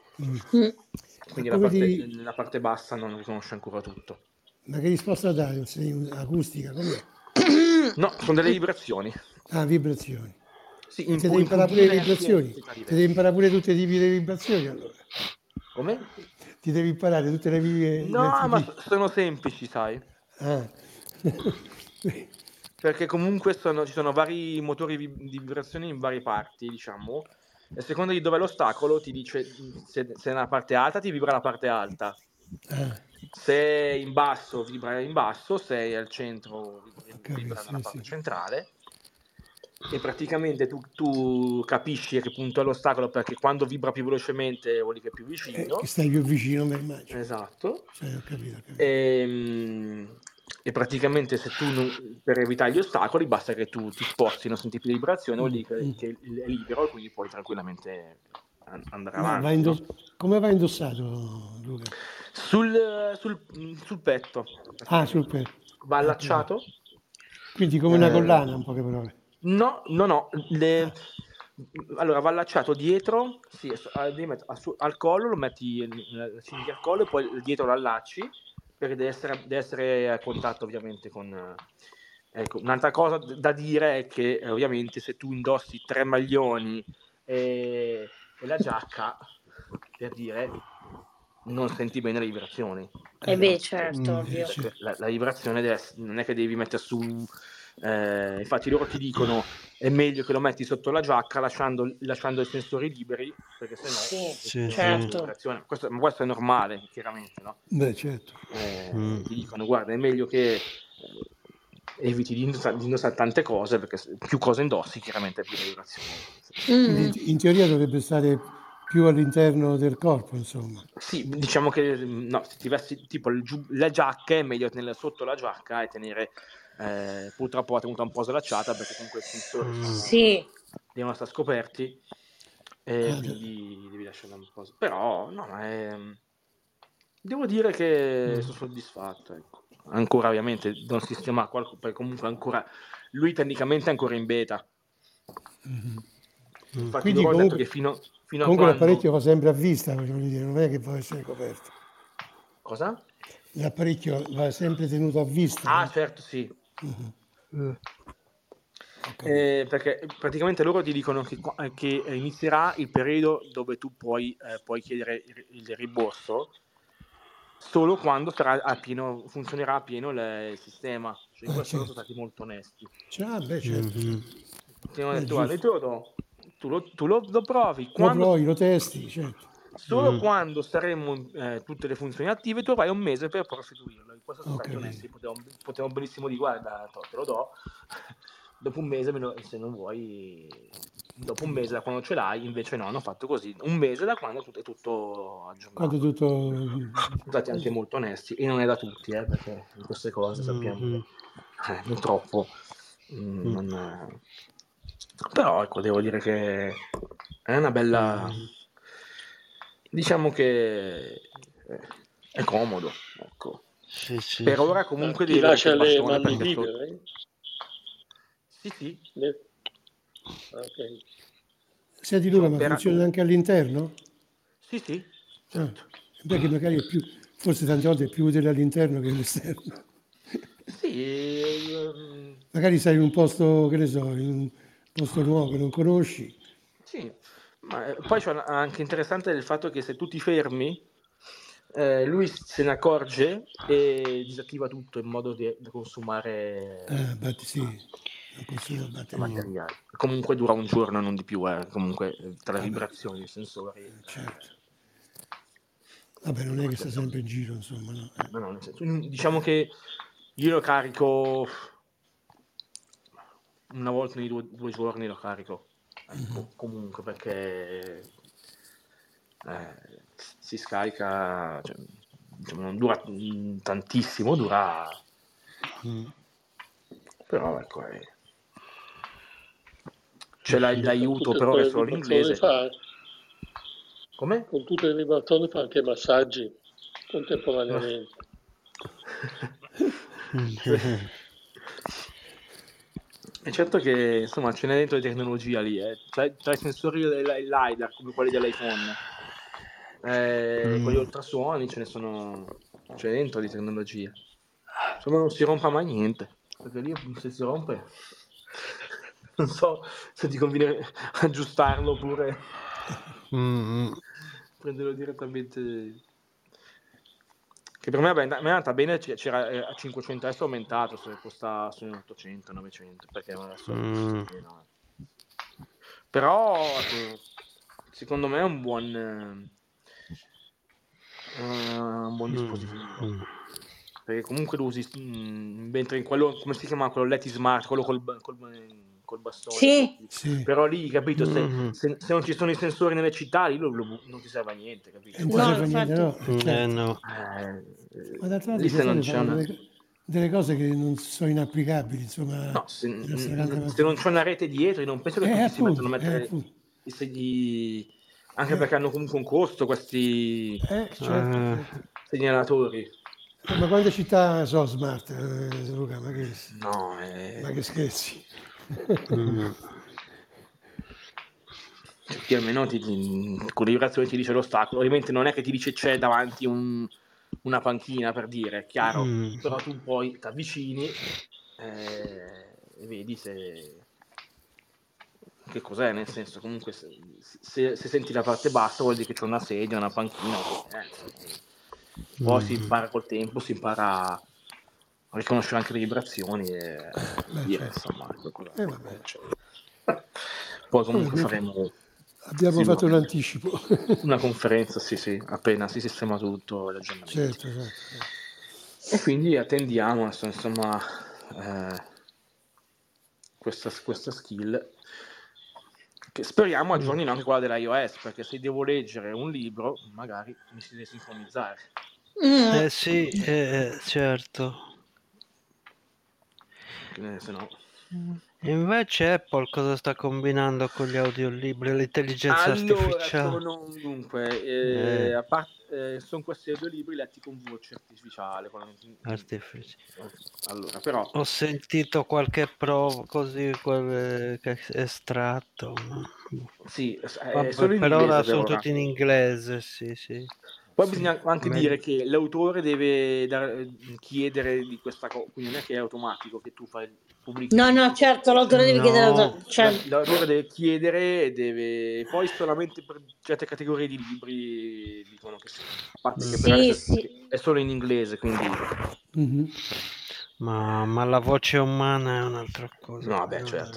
Quindi la parte bassa non riconosce ancora tutto. Ma che risposta dai? Sei acustica? Com'è? No, sono delle vibrazioni. Ah, vibrazioni. Sì, ti devi imparare pure le vibrazioni. Ti devi imparare pure tutti i tipi di vibrazioni, allora. Come? Ti devi imparare tutte le vibrazioni. No, ma sono semplici, sai. Perché comunque ci sono vari motori di vibrazioni in varie parti, diciamo. E a seconda di dove è l'ostacolo ti dice se è nella parte alta ti vibra la parte alta. Se è in basso vibra in basso, se è al centro vibra nella parte centrale. E praticamente tu capisci a che punto è l'ostacolo, perché quando vibra più velocemente vuol dire che è più vicino. Che stai più vicino, mi immagino. Esatto. Ho capito. E praticamente se tu per evitare gli ostacoli basta che tu ti sposti, non senti più di vibrazione, vuol dire che è libero e quindi puoi tranquillamente andare avanti. Come va indossato, Luca? Sul petto. Sul petto. Va allacciato. Quindi come una collana, in poche parole. No. Allora va allacciato dietro, sì, al collo, lo metti la cinghia al collo e poi dietro lo allacci, perché deve essere a contatto ovviamente con... Ecco, un'altra cosa da dire è che ovviamente se tu indossi 3 maglioni e la giacca, per dire, non senti bene le vibrazioni. Certo, ovvio. La vibrazione non è che devi mettere su... infatti loro ti dicono è meglio che lo metti sotto la giacca lasciando i sensori liberi, perché sennò certo. Ma questo è normale, chiaramente, no? Beh, certo. Ti dicono guarda, è meglio che eviti di indossare tante cose, perché più cose indossi chiaramente più la vibrazione. Quindi in teoria dovrebbe stare più all'interno del corpo, insomma. Sì, diciamo che no, se ti vesti tipo le giacche, è meglio tenere sotto la giacca e tenere purtroppo la tenuta un po' slacciata, perché comunque i sensori devono stare scoperti e quindi devi lasciarla un po'. Però no, devo dire che sono soddisfatto, ecco. Ancora ovviamente non sistema qualcosa, perché comunque ancora lui tecnicamente è ancora in beta. Infatti Quindi loro hanno detto comunque, che fino a comunque quando... l'apparecchio va sempre a vista, voglio dire, non è che può essere coperto. Cosa? L'apparecchio va sempre tenuto a vista. Ah, certo, sì. Perché praticamente loro ti dicono che inizierà il periodo dove tu puoi chiedere il rimborso solo quando sarà funzionerà a pieno il sistema. Cioè, in questo loro sono stati molto onesti. Certo. Ti hanno detto, guarda, io te lo do, tu lo provi, Lo provi, lo testi, certo. solo quando saremo tutte le funzioni attive tu avrai un mese per prostituirlo. In questo sono stati onesti, potevo benissimo dire, guarda, te lo do, dopo un mese se non vuoi, dopo un mese da quando ce l'hai, invece no, hanno fatto così, un mese da quando è tutto aggiornato. Quando Sono stati anche molto onesti, e non è da tutti, perché in queste cose sappiamo che purtroppo non... Però ecco, devo dire che è una bella... Diciamo che è comodo, ecco. Sì. Per ora comunque Ti devi avere lascia il le bastone, mani perché libere? Sì. Okay. Senti Luca, ma funziona anche all'interno? Sì, certo. Perché magari è più, forse tante volte è più utile all'interno che all'esterno. Sì. Magari sei in un posto, che ne so, in un posto nuovo che non conosci. Sì, ma poi c'è anche interessante il fatto che se tu ti fermi, lui se ne accorge e disattiva tutto in modo da consumare materiale. Comunque dura un giorno, non di più, comunque tra le vibrazioni, i sensori. Certo. Vabbè, non è che sta sempre in giro, insomma, no? No, nel senso, diciamo che io lo carico una volta ogni due giorni, lo carico. Ecco, comunque, perché si scarica, cioè, diciamo, non dura tantissimo, dura... Però ecco, c'è l'aiuto, però è solo l'inglese. Come? Con tutte le vibrazioni fa anche massaggi contemporaneamente. È certo che insomma ce n'è dentro di tecnologia lì, tra i sensori del LiDAR come quelli dell'iPhone, quelli ultrasuoni c'è dentro di tecnologia. Insomma non si rompa mai niente, perché lì se si rompe non so se ti conviene aggiustarlo oppure prenderlo direttamente. Che per me è andata bene, c'era a 500, adesso è aumentato, se costa su 800, 900, perché adesso no. Però secondo me è un buon dispositivo, perché comunque lo usi mentre in quello, come si chiama, quello Leti Smart, quello col bastone. Sì. Però lì, capito, se non ci sono i sensori nelle città, lì non ti serve a niente, capito? Non serve a niente, no. Certo. No. Ma d'altra parte fanno delle cose che non sono inapplicabili, insomma. No, se non c'è una rete dietro, io non penso che tutti si mettano a mettere i segni, anche perché hanno comunque un costo questi certo. segnalatori. Ma quante città sono smart, Luca? Ma che scherzi? Che almeno con le vibrazioni ti dice l'ostacolo. Ovviamente non è che ti dice c'è davanti una panchina, per dire, è chiaro, però tu poi ti avvicini e vedi che cos'è, nel senso, comunque se senti la parte bassa vuol dire che c'è una sedia, una panchina, poi si impara col tempo, si impara a riconoscere anche le vibrazioni e dire, insomma, poi comunque abbiamo fatto un anticipo, una conferenza, sì, appena si sistema tutto l'aggiornamento. Certo. E quindi attendiamo, insomma, questa skill, che speriamo aggiornino anche quella dell'iOS, perché se devo leggere un libro magari mi si deve sincronizzare. Sì, certo. Se no... Invece Apple cosa sta combinando con gli audiolibri, l'intelligenza artificiale? Sono questi audiolibri letti con voce artificiale. Allora, però... Ho sentito qualche prova così, qualche estratto. Sì, Vabbè, per ora sono tutti in inglese, sì. Poi bisogna anche dire che l'autore deve chiedere di questa cosa, quindi non è che è automatico che tu pubblichi. No, certo, l'autore deve chiedere. L'autore deve chiedere, poi solamente per certe categorie di libri dicono che sì. A parte che per adesso è solo in inglese, quindi... Mm-hmm. Ma la voce umana è un'altra cosa. No, beh, certo.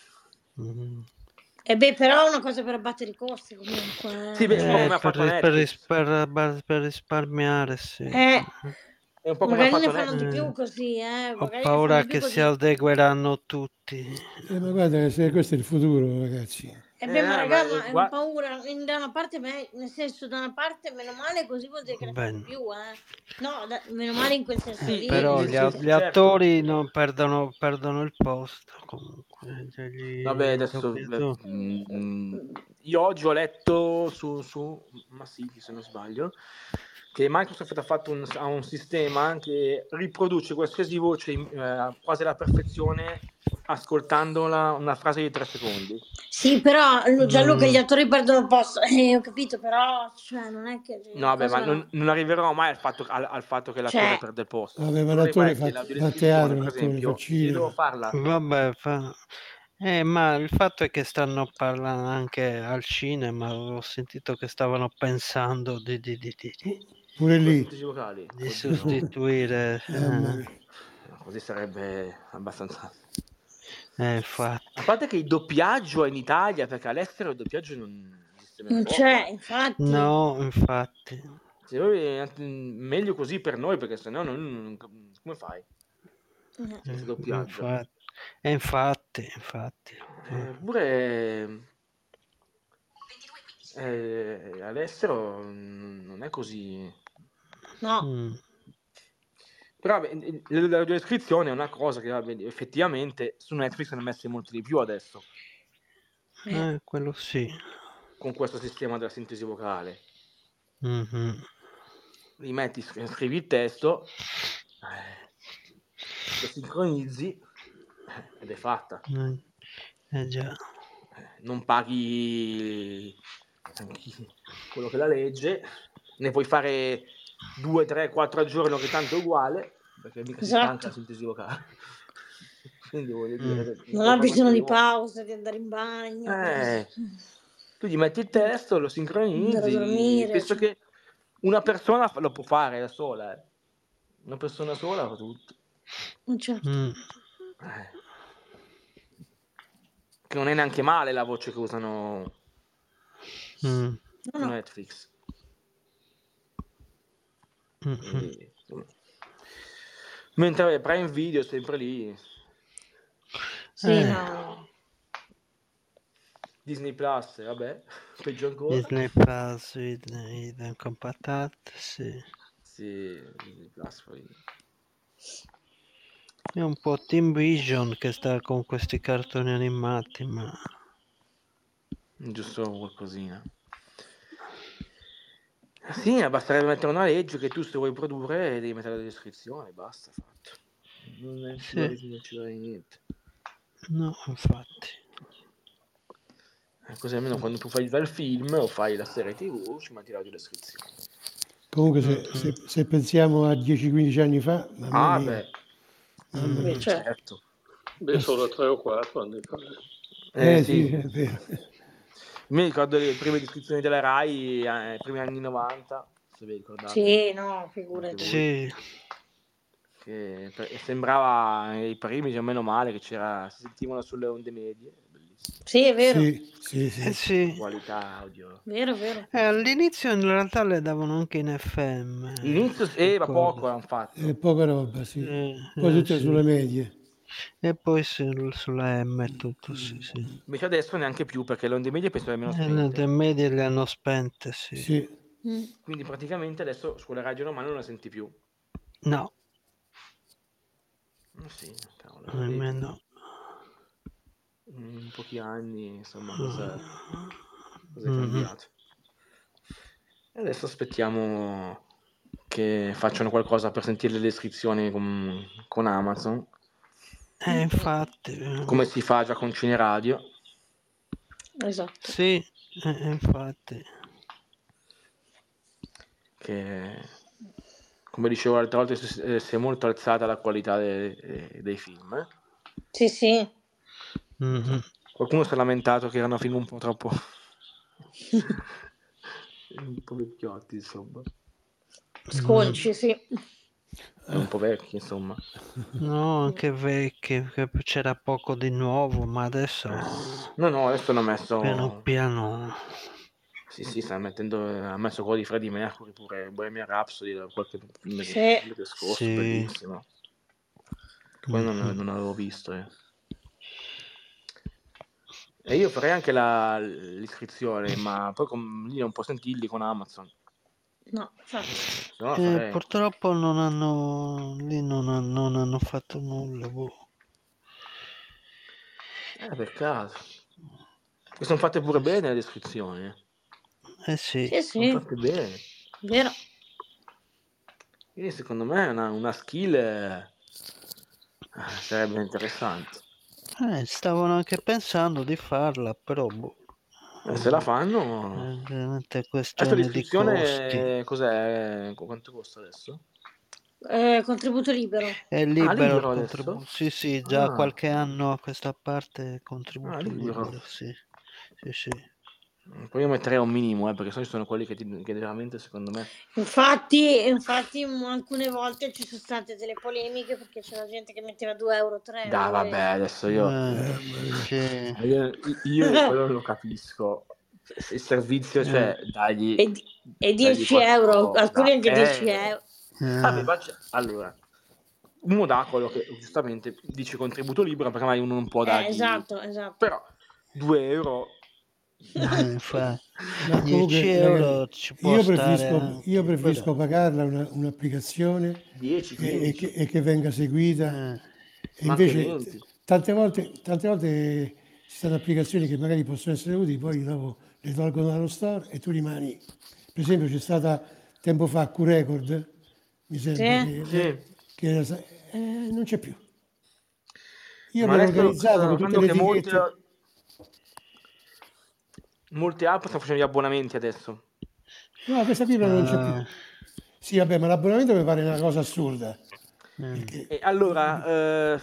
Però è una cosa per abbattere i costi comunque. Sì, beh, come ha fatto Netflix. Per risparmiare, sì. È un po' come magari ha fatto ne fanno di più così, Ho paura che si adegueranno tutti. Ma guarda, questo è il futuro, ragazzi. Ma raga, è una paura. Da una parte, nel senso, da una parte meno male, così vuol dire che ne fanno più, No, meno male in quel senso lì. Però gli attori non perdono il posto comunque. Vabbè, adesso io oggi ho letto su Massiti, se non sbaglio, che Microsoft ha fatto un sistema che riproduce qualsiasi voce quasi alla perfezione ascoltandola una frase di 3 secondi. Sì, però Gianluca, gli attori perdono il posto, ho capito, però cioè, non è che... No, vabbè, ma non arriverò mai al fatto che l'attore perde il posto. Vabbè, ma l'attore fa teatro, per esempio, io devo farla. Vabbè, ma il fatto è che stanno parlando anche al cinema, ho sentito che stavano pensando pure lì di sostituire. Così sarebbe abbastanza... infatti. A parte che il doppiaggio è in Italia, perché all'estero il doppiaggio non esiste non c'è, infatti. No, infatti. Meglio così per noi, perché sennò come fai? Senza doppiaggio. Infatti. Pure all'estero non è così. No. Però la descrizione è una cosa che effettivamente su Netflix ne è messa molto di più adesso. Quello sì. Con questo sistema della sintesi vocale. Rimetti, scrivi il testo, lo sincronizzi ed è fatta. Già. Non paghi quello che la legge, ne puoi fare 2, 3, 4 al giorno che tanto è uguale, perché mica si stanca la sintesi vocale. Quindi voglio dire, non ha bisogno di pausa, di andare in bagno. Tu gli metti il testo, lo sincronizzi. Penso che una persona lo può fare da sola. Una persona sola fa tutto. Certo. Che non è neanche male la voce che usano su Netflix. Mentre Prime Video è sempre lì. Sì, no. Disney Plus, vabbè, peggio ancora. Disney Plus, idem con patate, sì. Sì, Disney Plus poi. È un po' Team Vision che sta con questi cartoni animati, ma... Giusto qualcosina. Sì, basterebbe mettere una legge che tu se vuoi produrre devi mettere la descrizione, basta, fatto. Non ci vuole niente. No, infatti. Così almeno quando tu fai il film o fai la serie TV ci metti la descrizione. Comunque se pensiamo a 10-15 anni fa, mamma mia. Beh, certo. Beh, solo 3 o 4 anni fa. Sì, è vero. Mi ricordo le prime descrizioni della Rai, primi anni 90, se vi ricordate. Sì, no, figurati. Sì. Che sembrava i primi, meno male, che si sentivano sulle onde medie. Bellissimo. Sì, è vero. Sì. Qualità audio. Vero. All'inizio in realtà le davano anche in FM. Inizio, ma poco hanno fatto. Poca roba, sì. Poi tutte sulle medie. E poi sulla M tutto, sì. Invece adesso neanche più, perché le onde medie penso le abbiano Le spente. medie le hanno spente, sì. Sì. Quindi praticamente adesso sulle radio romane non la senti più. No, Sì, cavolo, vedi? nemmeno. In pochi anni, insomma, cosa è cambiato. E adesso aspettiamo che facciano qualcosa per sentire le descrizioni con Amazon, Infatti. come si fa già con Cineradio. Esatto. Sì, infatti. Che, come dicevo l'altra volta, si è molto alzata la qualità dei film. Sì. Mm-hmm. Qualcuno si è lamentato che erano film un po' troppo un po' vecchiotti, insomma. Sconci, sì. Un po' vecchi, insomma. No, anche vecchi, che c'era poco di nuovo, ma adesso No, adesso hanno messo piano. Sì, ha messo quello di Freddie Mercury, pure Bohemian Rhapsody qualche Sì. mese scorso, Sì. bellissimo. Quello non avevo visto. E io farei anche l'iscrizione, ma poi lì non può sentirli con Amazon. No, infatti. Se no la farei. Purtroppo non hanno fatto nulla. Peccato. E sono fatte pure bene le descrizioni. Sì. Sono fatte bene. Vero. Quindi secondo me una skill sarebbe interessante. Stavano anche pensando di farla, però Se la fanno. veramente Questa questione di costi. l'iscrizione cos'è? Quanto costa adesso? Contributo libero. È libero il adesso? contributo. Sì, già qualche anno a questa parte contributo libero. Sì. Poi io metterei un minimo, perché sono quelli che veramente, secondo me. Infatti, alcune volte ci sono state delle polemiche perché c'era gente che metteva 2 euro, 3 euro. Dai, vabbè, adesso io quello non lo capisco. Il servizio, cioè, dagli. E 10 euro, alcuni anche 10 euro. Vabbè, allora, uno dà quello che giustamente dice contributo libero, perché mai uno non può dargli. Esatto. Però 2 euro. 10 euro ci può stare. Io preferisco pagarla un'applicazione 10, 15. e che venga seguita. E Ma anche invece 20. tante volte ci sono applicazioni che magari possono essere utili, poi dopo le tolgono dallo store e tu rimani. Per esempio c'è stata tempo fa Q-Record, mi sembra che non c'è più. Io mi ero organizzato con tutte le etichette. Molte app stanno facendo gli abbonamenti adesso. No, questa fibra non c'è più. Sì, vabbè, ma l'abbonamento mi pare una cosa assurda. E allora,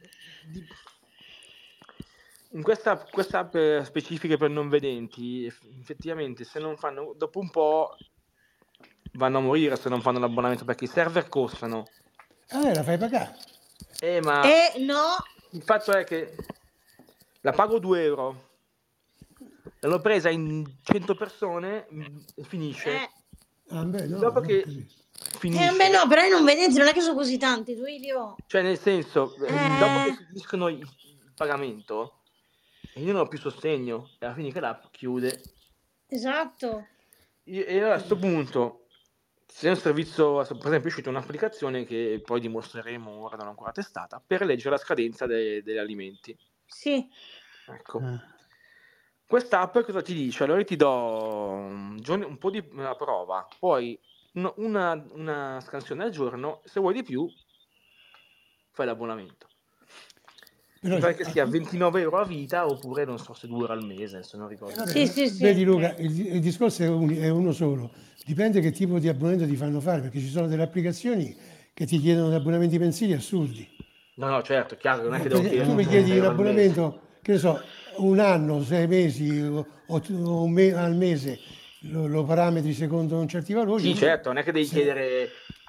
in questa app specifiche per non vedenti, effettivamente, se non fanno, dopo un po' vanno a morire se non fanno l'abbonamento, perché i server costano. La fai pagare. Ma no. il fatto è che la pago 2 euro. L'hanno presa in 100 persone e finisce. Dopo che finisce. No, però non vedete, non è che sono così tanti, tu idiota. Cioè, nel senso, dopo che finiscono il pagamento, io non ho più sostegno. E alla fine che l'app chiude. Esatto. E allora a questo punto, se è un servizio, per esempio è uscita un'applicazione che poi dimostreremo, ora non ancora testata, per leggere la scadenza degli alimenti. Sì. Ecco. Quest'app cosa ti dice? Allora ti do un po' di una prova, poi una scansione al giorno, se vuoi di più fai l'abbonamento. Mi pare che sia 29 euro a vita oppure non so se 2 euro al mese, se non ricordo. Sì. Vedi Luca, il discorso è uno solo, dipende che tipo di abbonamento ti fanno fare, perché ci sono delle applicazioni che ti chiedono degli abbonamenti mensili assurdi. No, certo, chiaro, non è che devo chiedere. Tu mi chiedi un abbonamento, che ne so, un anno, 6 mesi o al mese, lo parametri secondo un certi valori. Sì, certo, non è che devi chiedere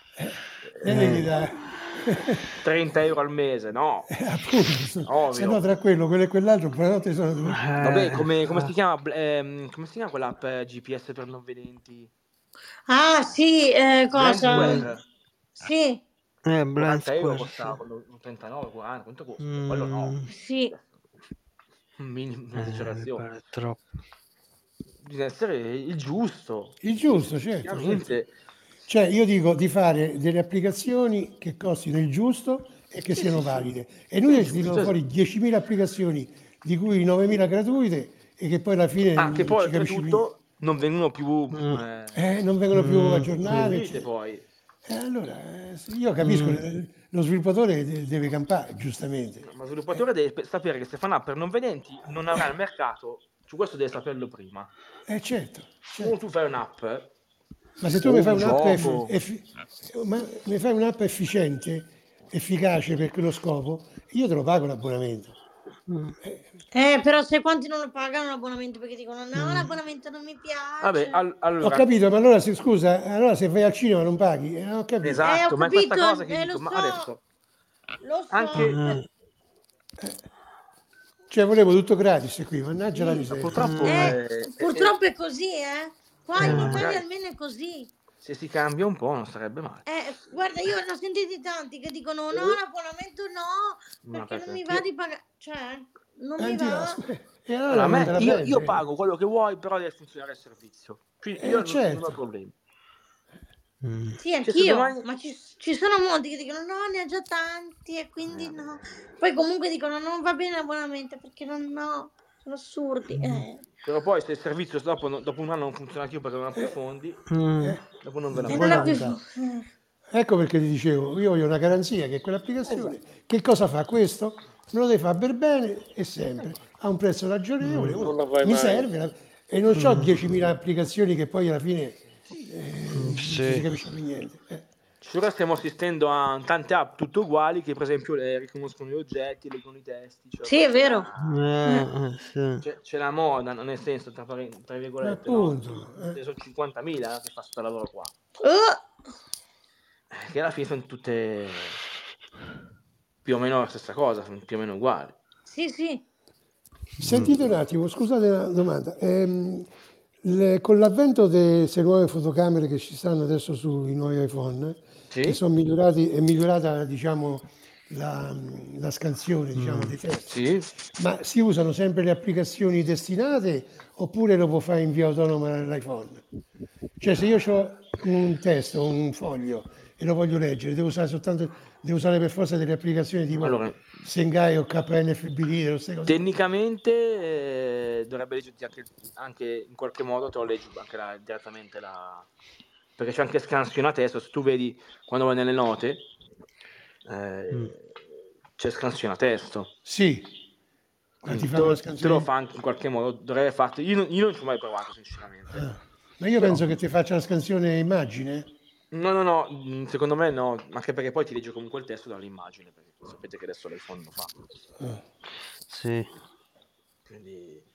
30 euro al mese, no. Appunto, se no tra quello e quell'altro, buonanotte sono due. Vabbè, come si chiama? Come si chiama quell'app GPS per non vedenti? Ah, sì, cosa? Blendware. Sì. Blind 40 euro Square, costava, sì. quando 39, 40, quanto costa? Quello no. Sì. Un minimo, Mi un'esagerazione. pare troppo. Bisogna essere il giusto. Il giusto, certo. Ovviamente. Cioè, io dico di fare delle applicazioni che costino il giusto e che siano valide. E noi Sì, tirano giusto, fuori 10.000 applicazioni, di cui 9.000 gratuite, e che poi alla fine che non poi ci capisci più niente. oltretutto non vengono più Non vengono più aggiornate. seguite poi. Allora, io capisco, lo sviluppatore deve campare, giustamente. Ma lo sviluppatore deve sapere che se fa un'app per non vedenti non avrà il mercato, su questo deve saperlo prima. Certo. O tu fai un'app, Ma se tu mi fai un'app efficiente, efficace per quello scopo, io te lo pago l'abbonamento. Però sai quanti non lo pagano l'abbonamento perché dicono no, l'abbonamento non mi piace. Vabbè, allora... Ho capito, ma allora scusa, allora se vai al cinema non paghi? Ho capito. Esatto, ho ma è questa capito, cosa che dico, ma so, adesso... Lo so. Anche... Cioè volevo tutto gratis qui, mannaggia la miseria. Purtroppo è così, Qua in Italia almeno è così. Se si cambia un po' non sarebbe male. Guarda, io ne ho sentiti tanti che dicono no, l'abbonamento no, perché non mi va di pagare, cioè non mi va. E allora io pago quello che vuoi, però deve funzionare il servizio. Quindi io non ho problemi. Sì, anch'io, ma ci sono molti che dicono no, ne ha già tanti e quindi no. Poi comunque dicono non va bene l'abbonamento perché sono assurdi. Però poi se il servizio dopo un anno non funziona più perché non ha più fondi, dopo non ve la puoi. Ecco perché ti dicevo, io voglio una garanzia che quell'applicazione, che cosa fa questo? Me lo deve fare per bene e sempre, a un prezzo ragionevole, mi serve, e non ho 10.000 applicazioni che poi alla fine non si capisce più niente. Ora stiamo assistendo a tante app tutte uguali che per esempio riconoscono gli oggetti, leggono i testi. Cioè sì, è vero. C'è la moda, nel senso, tra virgolette, appunto, sono 50.000 che fa questo lavoro qua. Che alla fine sono tutte più o meno la stessa cosa, sono più o meno uguali. Sì. Sentite un attimo, scusate la domanda. Con l'avvento delle queste nuove fotocamere che ci stanno adesso sui nuovi iPhone, che sono migliorati, è migliorata, diciamo, la scansione, diciamo, dei testi. Ma si usano sempre le applicazioni destinate oppure lo può fare in via autonoma l'iPhone? Cioè se io ho un testo, un foglio e lo voglio leggere, devo usare per forza delle applicazioni tipo Sengai o KNFB Reader o queste cose. Tecnicamente dovrebbe leggerti anche in qualche modo, te lo leggi anche direttamente perché c'è anche scansione a testo. Se tu vedi quando vai nelle note c'è scansione a testo. Sì. Quindi te lo fa anche in qualche modo, dovrebbe farti. Io non ci ho mai provato sinceramente. Ma io penso che ti faccia la scansione immagine. No, secondo me no, anche perché poi ti legge comunque il testo dall'immagine, perché sapete che adesso l'iPhone lo fa. Sì. Quindi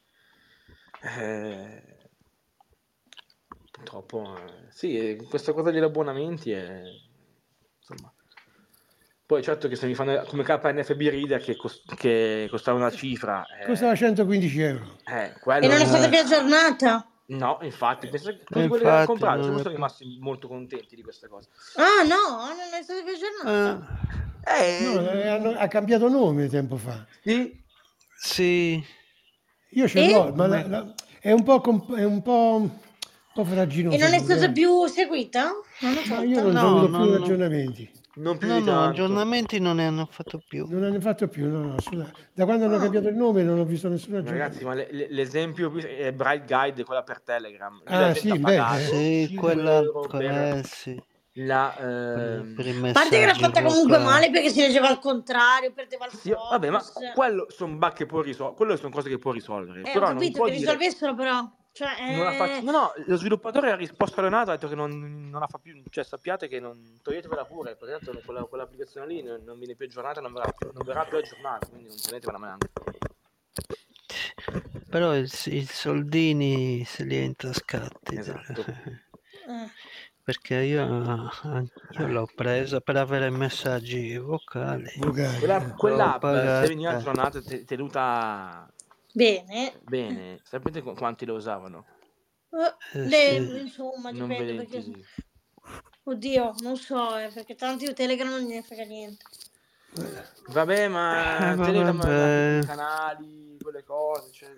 purtroppo sì, questa cosa degli abbonamenti è insomma. Poi certo che se mi fanno come KNFB Reader che costava una cifra costava 115 euro e non è stata più aggiornata. No, infatti, penso che tutti quelli che hanno comprato sono rimasti molto contenti di questa cosa. No, non è stata più aggiornata. No, ha cambiato nome tempo fa. Sì. Io ce l'ho, ma è un po' farraginoso. E non è stata più seguita? Ma io non ho avuto più aggiornamenti. Non più di tanto. Aggiornamenti non ne hanno fatto più. Non hanno fatto più, no. Da quando hanno cambiato il nome non ho visto nessun Ragazzi, aggiornamento. ma l'esempio è Bright Guide, quella per Telegram. Sì, quella sì. A parte che l'ha fatta comunque male perché si leggeva al contrario, perdeva il focus. Vabbè, ma quello sono bug che può risolvere, quello sono cose che può risolvere. Però ho capito che risolvessero però. No, lo sviluppatore ha risposto a Leonardo, ha detto che non la fa più, cioè sappiate che toglietevela pure, per esempio quell'applicazione lì non viene più aggiornata, non verrà più aggiornata, quindi non tenetevela neanche. Però i soldini se li ha intascati. Esatto. Perché io l'ho presa per avere messaggi vocali. Quell'app se veniva aggiornata tenuta bene, sapete quanti lo usavano? Insomma, dipende perché Oddio, non so, perché tanti io Telegram non ne frega niente. Vabbè, ma Telegram ha i canali, quelle cose, cioè...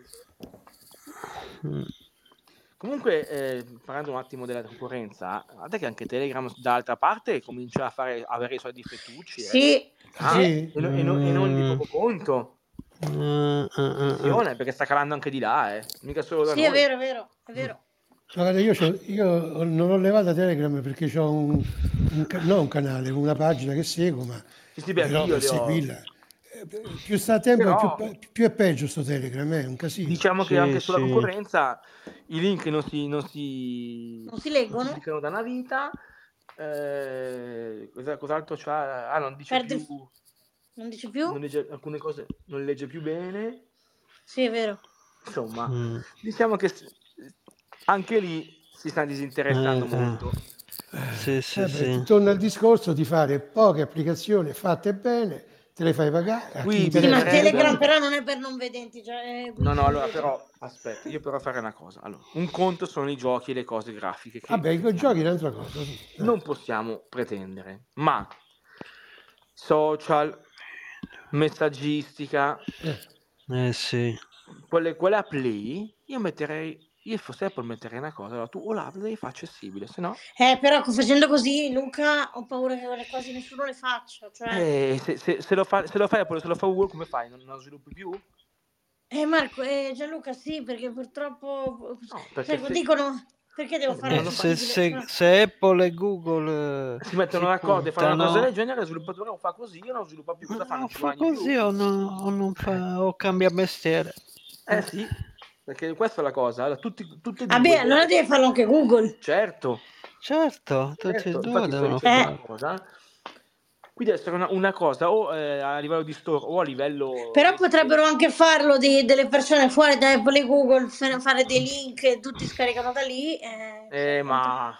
Comunque, parlando un attimo della concorrenza, guarda che anche Telegram dall'altra parte comincia a avere i suoi difettucci, Sì. Sì. E non di poco conto. Attenzione, perché sta calando anche di là, mica solo da Sì, noi. è vero, è vero, è vero. Guarda, io non ho levato Telegram perché ho un canale, una pagina che seguo, ma Sì, beh, però anch'io per le ho. seguirla. Più sta a tempo, Però, più è peggio sto Telegram, è un casino. Diciamo che anche sulla sì. concorrenza i link non si leggono. non si cliccano da una vita. Cos'altro c'ha? Non dice più. Non dice più? Non legge, alcune cose non legge più bene. Sì, è vero. Insomma, diciamo che anche lì si sta disinteressando molto. Sì. Torna al discorso di fare poche applicazioni fatte bene, te le fai pagare. Sì, ma Telegram però non è per non vedenti. No, allora però, aspetta, io però farei una cosa. Allora, un conto sono i giochi e le cose grafiche. Vabbè, i giochi è un'altra cosa. Sì. Non possiamo pretendere, ma social, messaggistica, sì. quelle app lì, io fossi Apple metterei una cosa, allora tu o l'app devi fare accessibile, se no... Però facendo così, Luca, ho paura che quasi nessuno le faccia. Cioè... se lo fai Apple, se lo fa Google, come fai? Non lo sviluppi più? Marco, Gianluca, sì, perché purtroppo... No, perché dicono... Perché devo fare se Apple e Google si mettono d'accordo e fanno una cosa del genere, lo sviluppatore lo fa così o non sviluppa più, cosa fanno? Fa così o non fa o cambia mestiere. Sì, perché questa è la cosa. Allora, tutti allora deve farlo anche Google. Certo, tutti e due devono fare cosa. Quindi deve essere una cosa o a livello di store o a livello... Però potrebbero anche farlo delle persone fuori da Apple e Google, fare dei link e tutti scaricano da lì. Ma...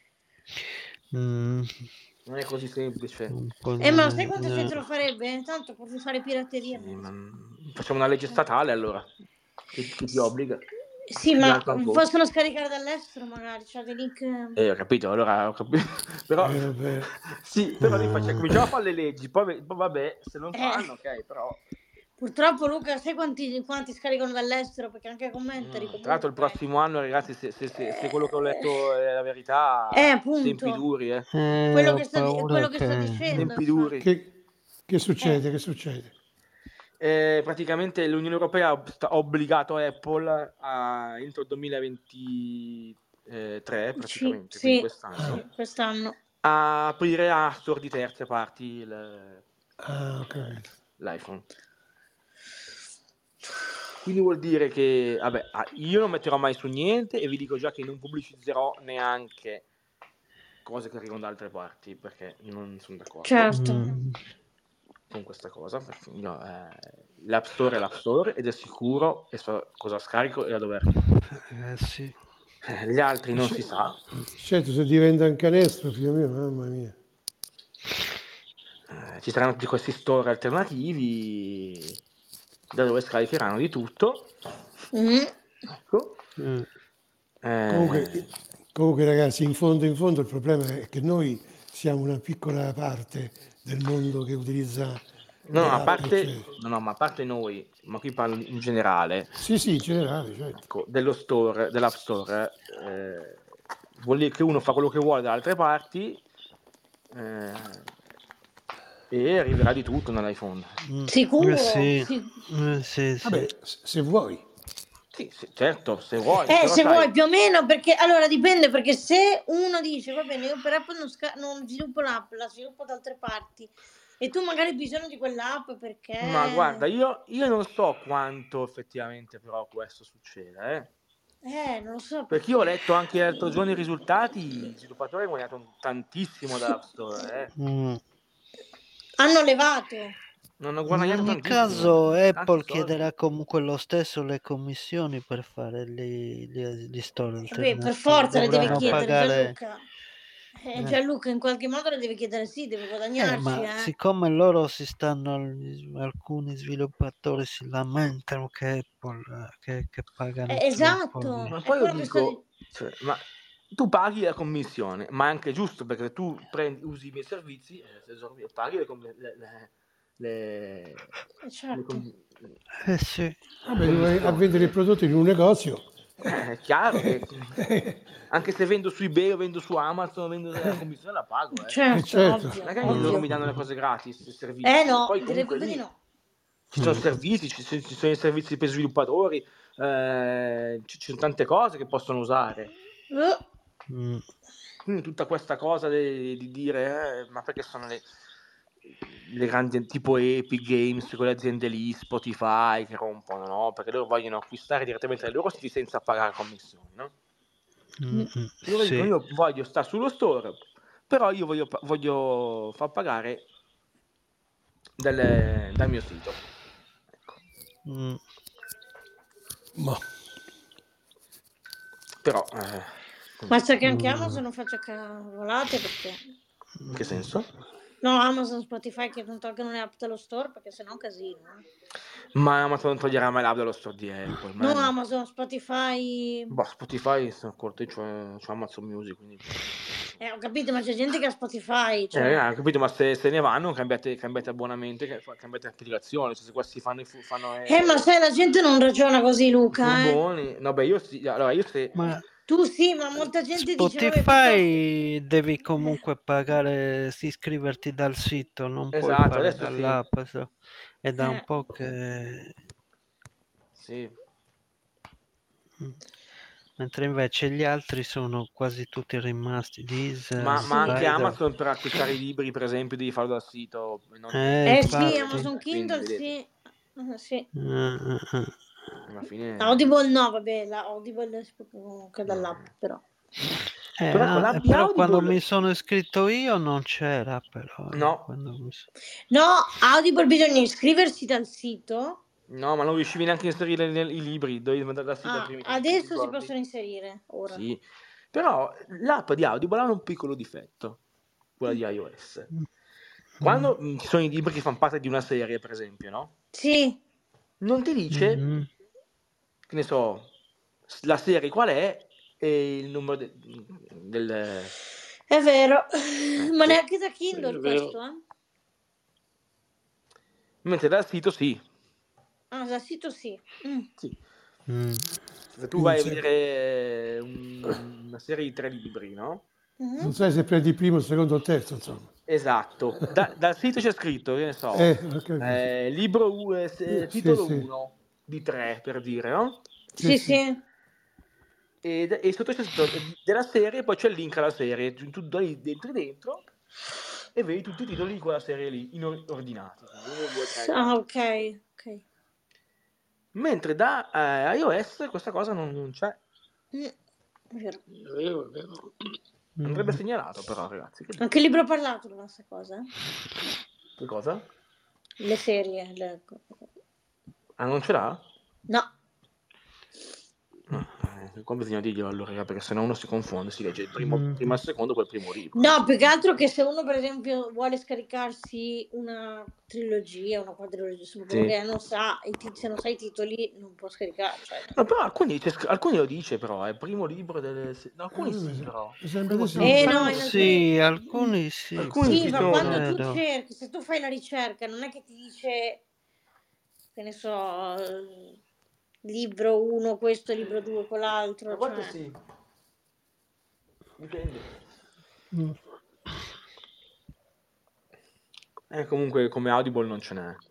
non è così semplice. Ma sai quanto effetto lo farebbe? Tanto puoi fare pirateria. Sì, facciamo una legge statale allora, che ti obbliga. Sì, ma possono scaricare dall'estero magari, c'è dei link... ho capito, allora ho capito. Però, sì, però cominciamo a fare le leggi, poi vabbè, se non fanno, ok, però... Purtroppo Luca, sai quanti scaricano dall'estero? Perché anche commentari Tra l'altro il prossimo anno, ragazzi, se quello che ho letto è la verità, tempi duri, quello che sto dicendo. Tempi duri. Che succede? Che succede? Praticamente l'Unione Europea ha obbligato Apple entro il 2023, praticamente, quindi quest'anno, a aprire a store di terze parti l'iPhone. Quindi vuol dire che, vabbè, io non metterò mai su niente e vi dico già che non pubblicizzerò neanche cose che arrivano da altre parti, perché non sono d'accordo. Certo. Con questa cosa, perché l'App Store è l'App Store ed è sicuro e so cosa scarico e da dove arriva. Sì. Gli altri non si sa. Certo, se diventa un canestro, figlio mio, mamma mia. Ci saranno tutti questi store alternativi da dove scaricheranno di tutto. Ecco. Comunque ragazzi, in fondo il problema è che noi siamo una piccola parte del mondo che utilizza ma a parte noi, ma qui parlo in generale. Sì, in generale, certo. Ecco, dell'App Store, vuol dire che uno fa quello che vuole da altre parti e arriverà di tutto nell'iPhone. Sicuro? Sì. Vabbè, se vuoi. Sì, certo, se vuoi. Se vuoi più o meno, perché allora dipende, perché se uno dice va bene, io per Apple non sviluppo l'app, la sviluppo da altre parti e tu magari hai bisogno di quell'app perché... Ma guarda, io non so quanto effettivamente però questo succeda, non lo so. Perché io ho letto anche l'altro giorno i risultati, gli sviluppatori hanno guadagnato tantissimo dall'App Store, Hanno levato. Non ho guadagnato in ogni caso Apple chiederà comunque lo stesso le commissioni per fare gli store alternativi. Per forza le deve chiedere pagare... Gianluca in qualche modo le deve chiedere, sì, deve guadagnarci. Ma siccome loro alcuni sviluppatori si lamentano che Apple che pagano esatto, troppo. Ma poi io dico, tu paghi la commissione, ma è anche giusto perché se tu usi i miei servizi, paghi Certo. Sì. Vabbè, vai a vendere il prodotto in un negozio. È chiaro che anche se vendo su eBay o vendo su Amazon, vendo la commissione la pago. Certo. Non è che loro mi danno le cose gratis, i servizi. No, Poi direi comunque proprio di lì no. ci sono servizi, ci sono i servizi per sviluppatori, ci sono tante cose che possono usare. Quindi tutta questa cosa di dire ma perché sono le grandi tipo Epic Games, quelle aziende lì, Spotify che rompono, no? Perché loro vogliono acquistare direttamente dai loro siti senza pagare commissioni, no? Loro dicono io voglio stare sullo store, però io voglio far pagare dal mio sito. Ecco. Però basta che anche Amazon non faccia cavolate, perché in che senso? No, Amazon, Spotify che non tolgono le app dallo store, perché sennò è un casino. Ma Amazon non toglierà mai l'app dallo store di Apple. No, Amazon, Spotify. Spotify sono corto, c'ho Amazon Music, quindi. Ho capito, ma c'è gente che ha Spotify. Ho capito, ma se ne vanno, cambiate abbonamento, cambiate applicazione. Se questi fanno ma sai, la gente non ragiona così, Luca. Furboni. No, beh, io sì. Allora, io se. Ma tu sì, ma molta gente Spotify dice devi comunque pagare, iscriverti dal sito, non puoi fare dall'app. Sì. È da un po' che. Sì. Mentre invece gli altri sono quasi tutti rimasti. Ma anche Amazon per acquistare i libri, per esempio, devi farlo dal sito. Sì, Amazon Kindle, sì. Alla fine. Audible no, vabbè, la Audible è comunque dall'app, però. Però quando mi sono iscritto io non c'era, però. No. No, Audible bisogna iscriversi dal sito. No, ma non riuscivi neanche a inserire i libri, dovevi mandare dal sito prima. Adesso si possono inserire, ora. Sì, però l'app di Audible ha un piccolo difetto, quella di iOS. Quando ci sono i libri che fanno parte di una serie, per esempio, no? Sì. Non ti dice, che ne so, la serie qual è e il numero del... È vero, ma neanche da Kindle questo, Mentre dal sito sì. Dal sito sì. Sì. Se tu vai a vedere una serie di 3 libri, no? Non sai se prendi il primo, il secondo o il terzo, insomma. Esatto. Dal sito c'è scritto, che ne so, libro titolo 1 di 3, per dire, no? Sì. E sotto c'è scritto della serie, poi c'è il link alla serie. Tu entri dentro e vedi tutti i titoli di quella serie lì, ordinati. 1, 2, 3, 4. Ok. Mentre da iOS questa cosa non c'è. Vero. Andrebbe segnalato però, ragazzi. Anche il libro parlato la stessa cosa. Che cosa? Le serie. Non ce l'ha? No. Qua bisogna dirglielo allora, perché sennò uno si confonde, si legge prima il secondo, poi il primo libro. No, più che altro che se uno per esempio vuole scaricarsi una trilogia, una quadrilogia, che non sa, se non sa i titoli non può scaricare. No, però alcuni lo dice, però è primo libro alcuni sì, però. Sì, alcuni sì. Sì, ma quando tu cerchi, se tu fai la ricerca, non è che ti dice, che ne so, libro 1 questo, libro 2 quell'altro. A volte sì. Dipende. Comunque come Audible non ce n'è.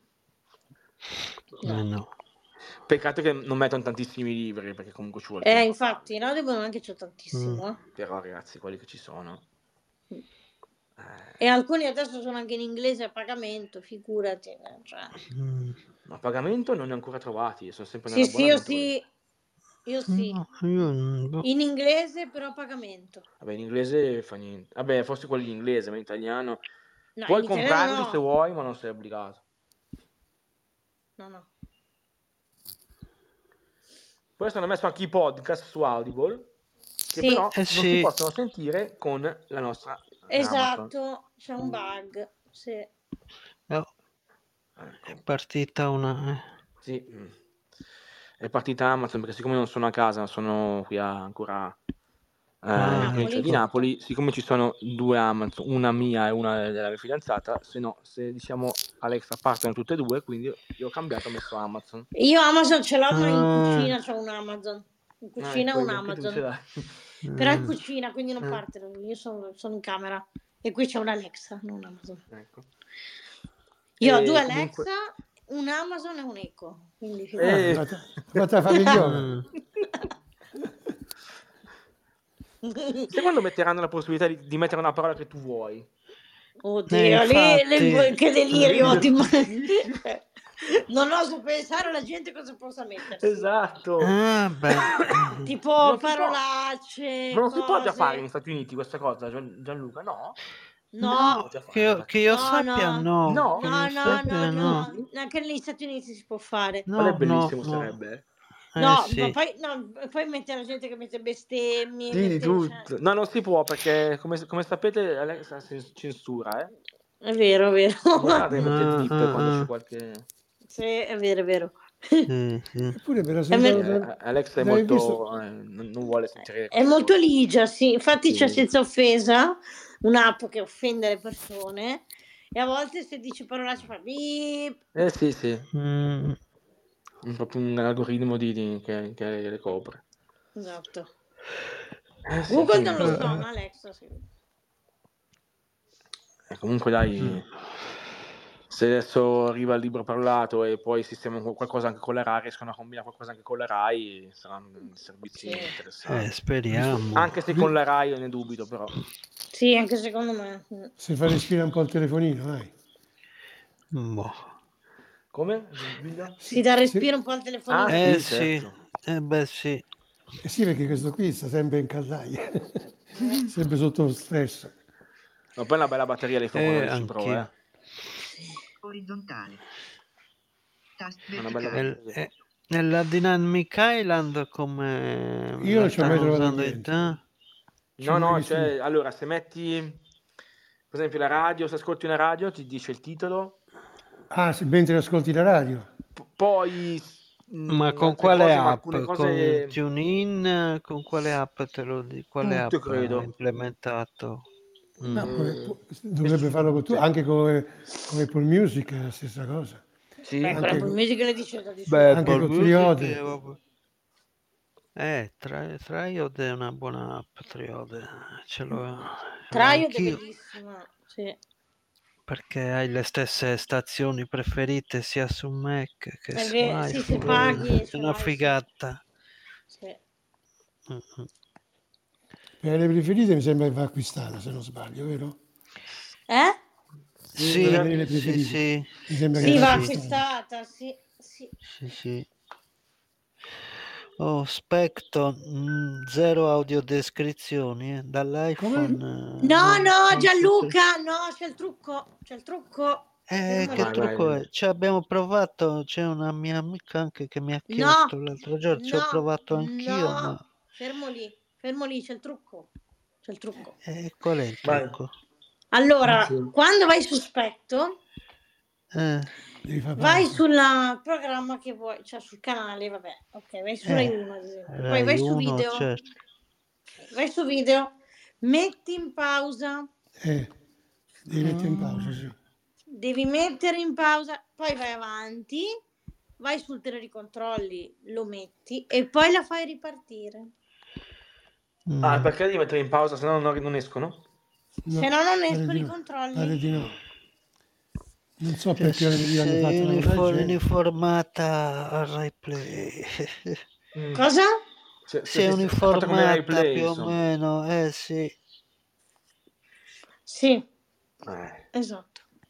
No. Peccato che non mettono tantissimi libri, perché comunque ci vuole infatti in Audible non è che c'è tantissimo. Però ragazzi, quelli che ci sono. E alcuni adesso sono anche in inglese a pagamento, figurati. A pagamento non ne ho ancora trovati, sono sempre nell'abbonamento. Io sì. In inglese però a pagamento. Vabbè, in inglese fa niente. Vabbè, forse quelli in inglese, ma in italiano. No, puoi comprarli se vuoi, ma non sei obbligato. No. Poi sono messo anche i podcast su Audible, che però non si possono sentire con la nostra Esatto, Amazon. c'è un bug. Sì. È partita una... Sì, è partita Amazon, perché siccome non sono a casa, sono qui ancora in provincia di Napoli, siccome ci sono 2 Amazon, una mia e una della mia fidanzata, se diciamo Alexa partono tutte e 2, quindi io ho cambiato, ho messo Amazon. Io Amazon ce l'ho, ma in cucina c'ho un Amazon. In cucina un Amazon. Però in cucina, quindi non partono. Io sono in camera. E qui c'è un Alexa, non Amazon. Ecco. Io ho 2 Alexa, un Amazon e un Echo. Quindi fatta famigliola. Secondo metteranno la possibilità di mettere una parola che tu vuoi. Oddio, che delirio. Non oso pensare alla gente cosa possa mettersi. Esatto. Tipo parolacce. Non si può già fare negli Stati Uniti questa cosa, Gianluca? No? No, che io sappia no. Anche negli Stati Uniti si può fare. È bellissimo sarebbe. Ma poi mette la gente che mette bestemmie. Sì, tutto. No, non si può perché come sapete Alexa censura, È vero. Guardate, mette zip quando c'è qualche... Sì, è vero. Eppure me la sento... Alexa è molto... non vuole sentire... È molto ligia, sì. Infatti c'è Senza Offesa, un'app che offende le persone e a volte se dici parolacce fa beep. Sì. Proprio un algoritmo che le copre. Esatto. Google non lo so, ma Alexa sì. Comunque dai, se adesso arriva il libro parlato e poi sistemano qualcosa anche con la RAI, riescono a combinare qualcosa anche con la RAI, saranno servizi interessanti. Speriamo. Anche se con la RAI ne dubito, però. Sì, anche secondo me. Se fa respirare un po' il telefonino, dai. Come? Si dà respiro un po' al telefonino. Sì. Certo. Sì. Sì, perché questo qui sta sempre in caldaia, sempre sotto lo stress. Ma poi una bella batteria lei fa con il Pro, Orizzontale. Una bella batteria. Nella Dynamic Island come io non ci ho mai trovato niente. No, cioè, allora se metti per esempio la radio, se ascolti una radio ti dice il titolo. Mentre ascolti la radio. Poi ma con quale app? Con TuneIn? Con quale app te lo dico? Quale app credo. implementato? Dovrebbe farlo con tu, anche con Apple Music è la stessa cosa. Sì, anche con Apple Music le dice anche con Triode. Triode è una buona app. Triode ce l'ho. Triode è bellissima, sì. Perché hai le stesse stazioni preferite sia su Mac che su iPhone. Sì, se paghi è una figata. Sì. Per le preferite mi sembra che va acquistata, se non sbaglio, vero? Sì. Mi sembra che va acquistata, sì. Specto 0 audiodescrizioni dall'iPhone. No, Gianluca, no, c'è il trucco. Che trucco è? Abbiamo provato, c'è una mia amica anche che mi ha chiesto l'altro giorno, ci ho provato anch'io, ma... Fermo lì, c'è il trucco. Qual è il trucco? Allora, quando vai su Specto, vai sul programma che vuoi, cioè sul canale, vabbè, ok, vai su Rai 1 ad esempio, poi vai su video, certo. vai su video, metti in pausa. Devi mettere in pausa, sì. Devi mettere in pausa, poi vai avanti, vai sul telecontrolli, lo metti e poi la fai ripartire. Perché devi mettere in pausa, se no non escono? Se no non escono i controlli. Pare di no. Non so perché hanno fatto una cosa uniformata a Rai Play. Cosa? Si è uniformata più o meno, sì. Sì, esatto.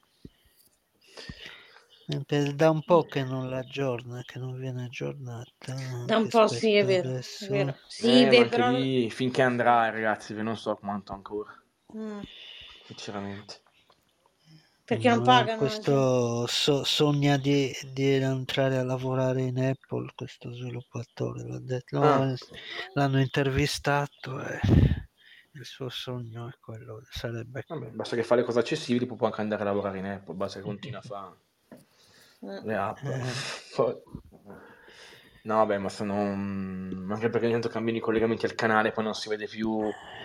Da un po' che non l'aggiorna, che non viene aggiornata. Da un po' sì, è vero. Adesso. È vero. Sì, però lì, finché andrà, ragazzi, che non so quanto ancora. Sinceramente. Perché non pagano. Questo sogna di entrare a lavorare in Apple, questo sviluppatore, l'ha detto. L'hanno intervistato e il suo sogno è quello, sarebbe quello. Basta che fa le cose accessibili, può anche andare a lavorare in Apple, basta che continua a fare le app. No, vabbè, ma sono anche perché intanto cambiano i collegamenti al canale, poi non si vede più.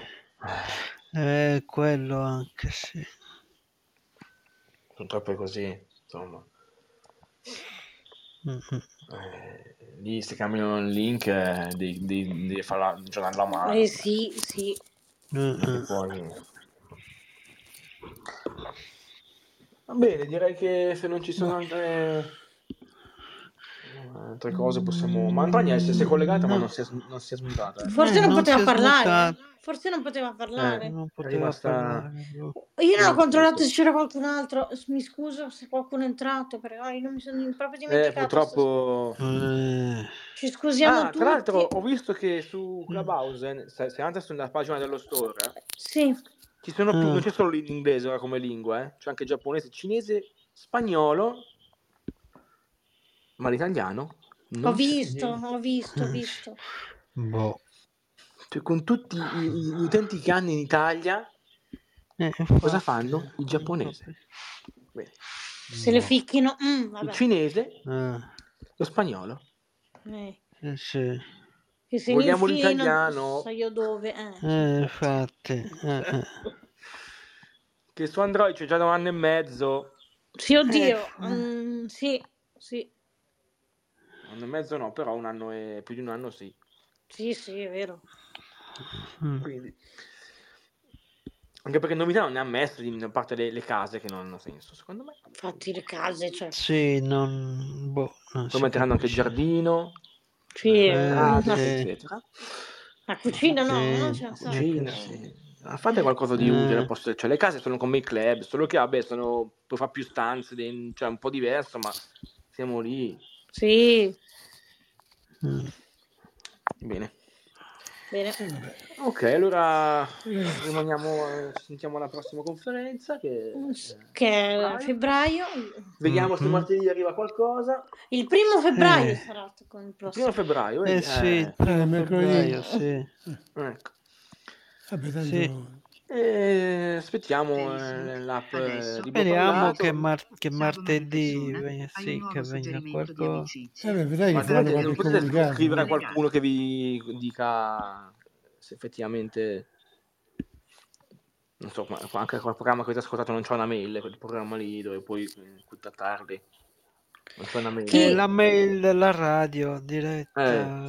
Quello anche, sì. Purtroppo è così, insomma. Lì se cambiano il link devi farla aggiornarlo a mano. Sì. E poi... Va bene, direi che se non ci sono altre cose possiamo... Ma Antonia si è collegata ma non si è smutata. Forse non non poteva si è parlare. smutata. Forse non poteva parlare. Non È poteva rimasta... parlare. Io non ho controllato se c'era qualcun altro. Mi scuso se qualcuno è entrato, però io non mi sono proprio dimenticato. Purtroppo... Ci scusiamo tutti. Tra l'altro ho visto che su Clubhouse, se andate sulla pagina dello store, sì. Ci sono più, non c'è solo l'inglese ora come lingua, c'è anche giapponese, cinese, spagnolo, ma l'italiano non Ho visto. Boh. Cioè, con tutti gli utenti che hanno in Italia, cosa fanno? Il giapponese. Bene. Se le ficchino. Vabbè. Il cinese, lo spagnolo. Sì. Che se vogliamo infili l'italiano. Non so io dove. Infatti. Che su Android c'è già da 1 anno e mezzo. Sì, oddio. Sì. 1 anno e mezzo no, però 1 anno e più di 1 anno sì. Sì, è vero. Quindi anche perché novità non è ammesso, a parte le case che non hanno senso, secondo me. Infatti le case, cioè. Sì, non poi metteranno anche il giardino, sì, eccetera. La cucina no, c'è la cucina, sì. Fate qualcosa di utile, cioè le case sono come i club, solo che vabbè puoi fare più stanze, cioè un po' diverso, ma siamo lì. Sì. Bene. Ok, allora sentiamo alla prossima conferenza che è febbraio. Vediamo se martedì arriva qualcosa. Il 1 febbraio sarà con il prossimo. 1 febbraio. Sì, il 1 febbraio, sì. Ecco. Vabbè, tanto... Sì. Aspettiamo l'app. Speriamo che martedì che venga qualcosa. Vedrai che faranno qualche comunicato. Scrivere a qualcuno che vi dica se effettivamente, non so, anche quel programma che avete ascoltato non c'è una mail, quel programma lì dove puoi contattarli. Non c'è una mail. La mail della radio diretta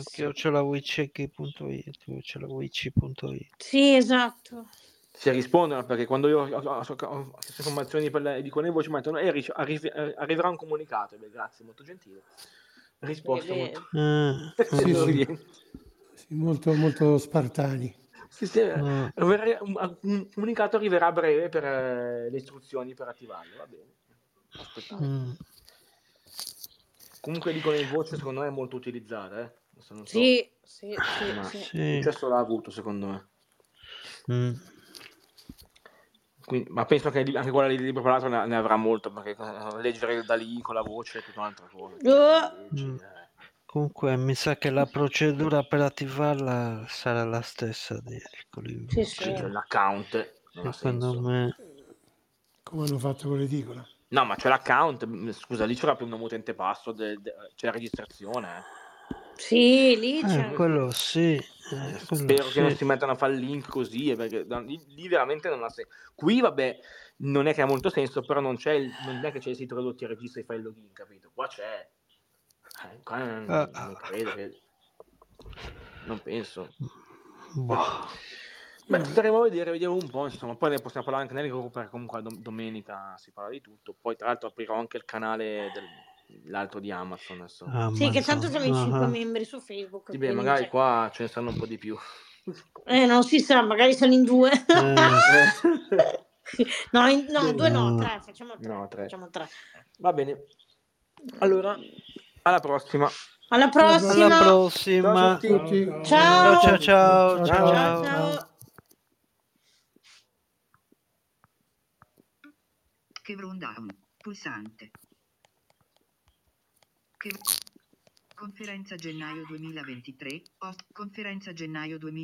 @wiccheck.it. Sì, esatto. Si rispondono, perché quando io ho queste informazioni di con le voci mi mettono arriverà un comunicato. Beh, grazie, molto gentile. Risposta molto molto spartani. Un comunicato arriverà a breve per le istruzioni per attivarlo, va bene. Aspettate. Comunque dicono in voce, secondo me è molto utilizzata, non so. Sì. Successo l'ha avuto, secondo me. Quindi, ma penso che anche quella di libro parlato ne avrà molto, perché leggere da lì con la voce è tutta un'altra cosa. Comunque mi sa che la procedura per attivarla sarà la stessa di l'account non ha senso. Me... Come hanno fatto con l'edicola? No, ma c'è l'account, scusa, lì c'era più un utente password, c'è la registrazione. Sì, lì c'è. Quello sì. Spero che non si mettano a fare il link così, perché lì veramente non ha senso. Qui, vabbè, non è che ha molto senso, però non è che c'è il sito che ti registri e fai il login, capito? Qua c'è. Qua non credo che... Non penso. Beh, staremo a vedere, vediamo un po', insomma. Poi ne possiamo parlare anche nel gruppo, perché comunque domenica si parla di tutto. Poi, tra l'altro, aprirò anche il canale l'altro di Amazon adesso. Sì, che tanto siamo in 5 membri su Facebook. Sì, beh, magari qua ce ne saranno un po' di più. Non si sa, magari sono in 2. No, 2 no, 3. Facciamo 3. Va bene. Allora, alla prossima. Alla prossima. Ciao a tutti. Ciao. Chevron down. Pulsante. Conferenza gennaio 2023. Conferenza gennaio 2023.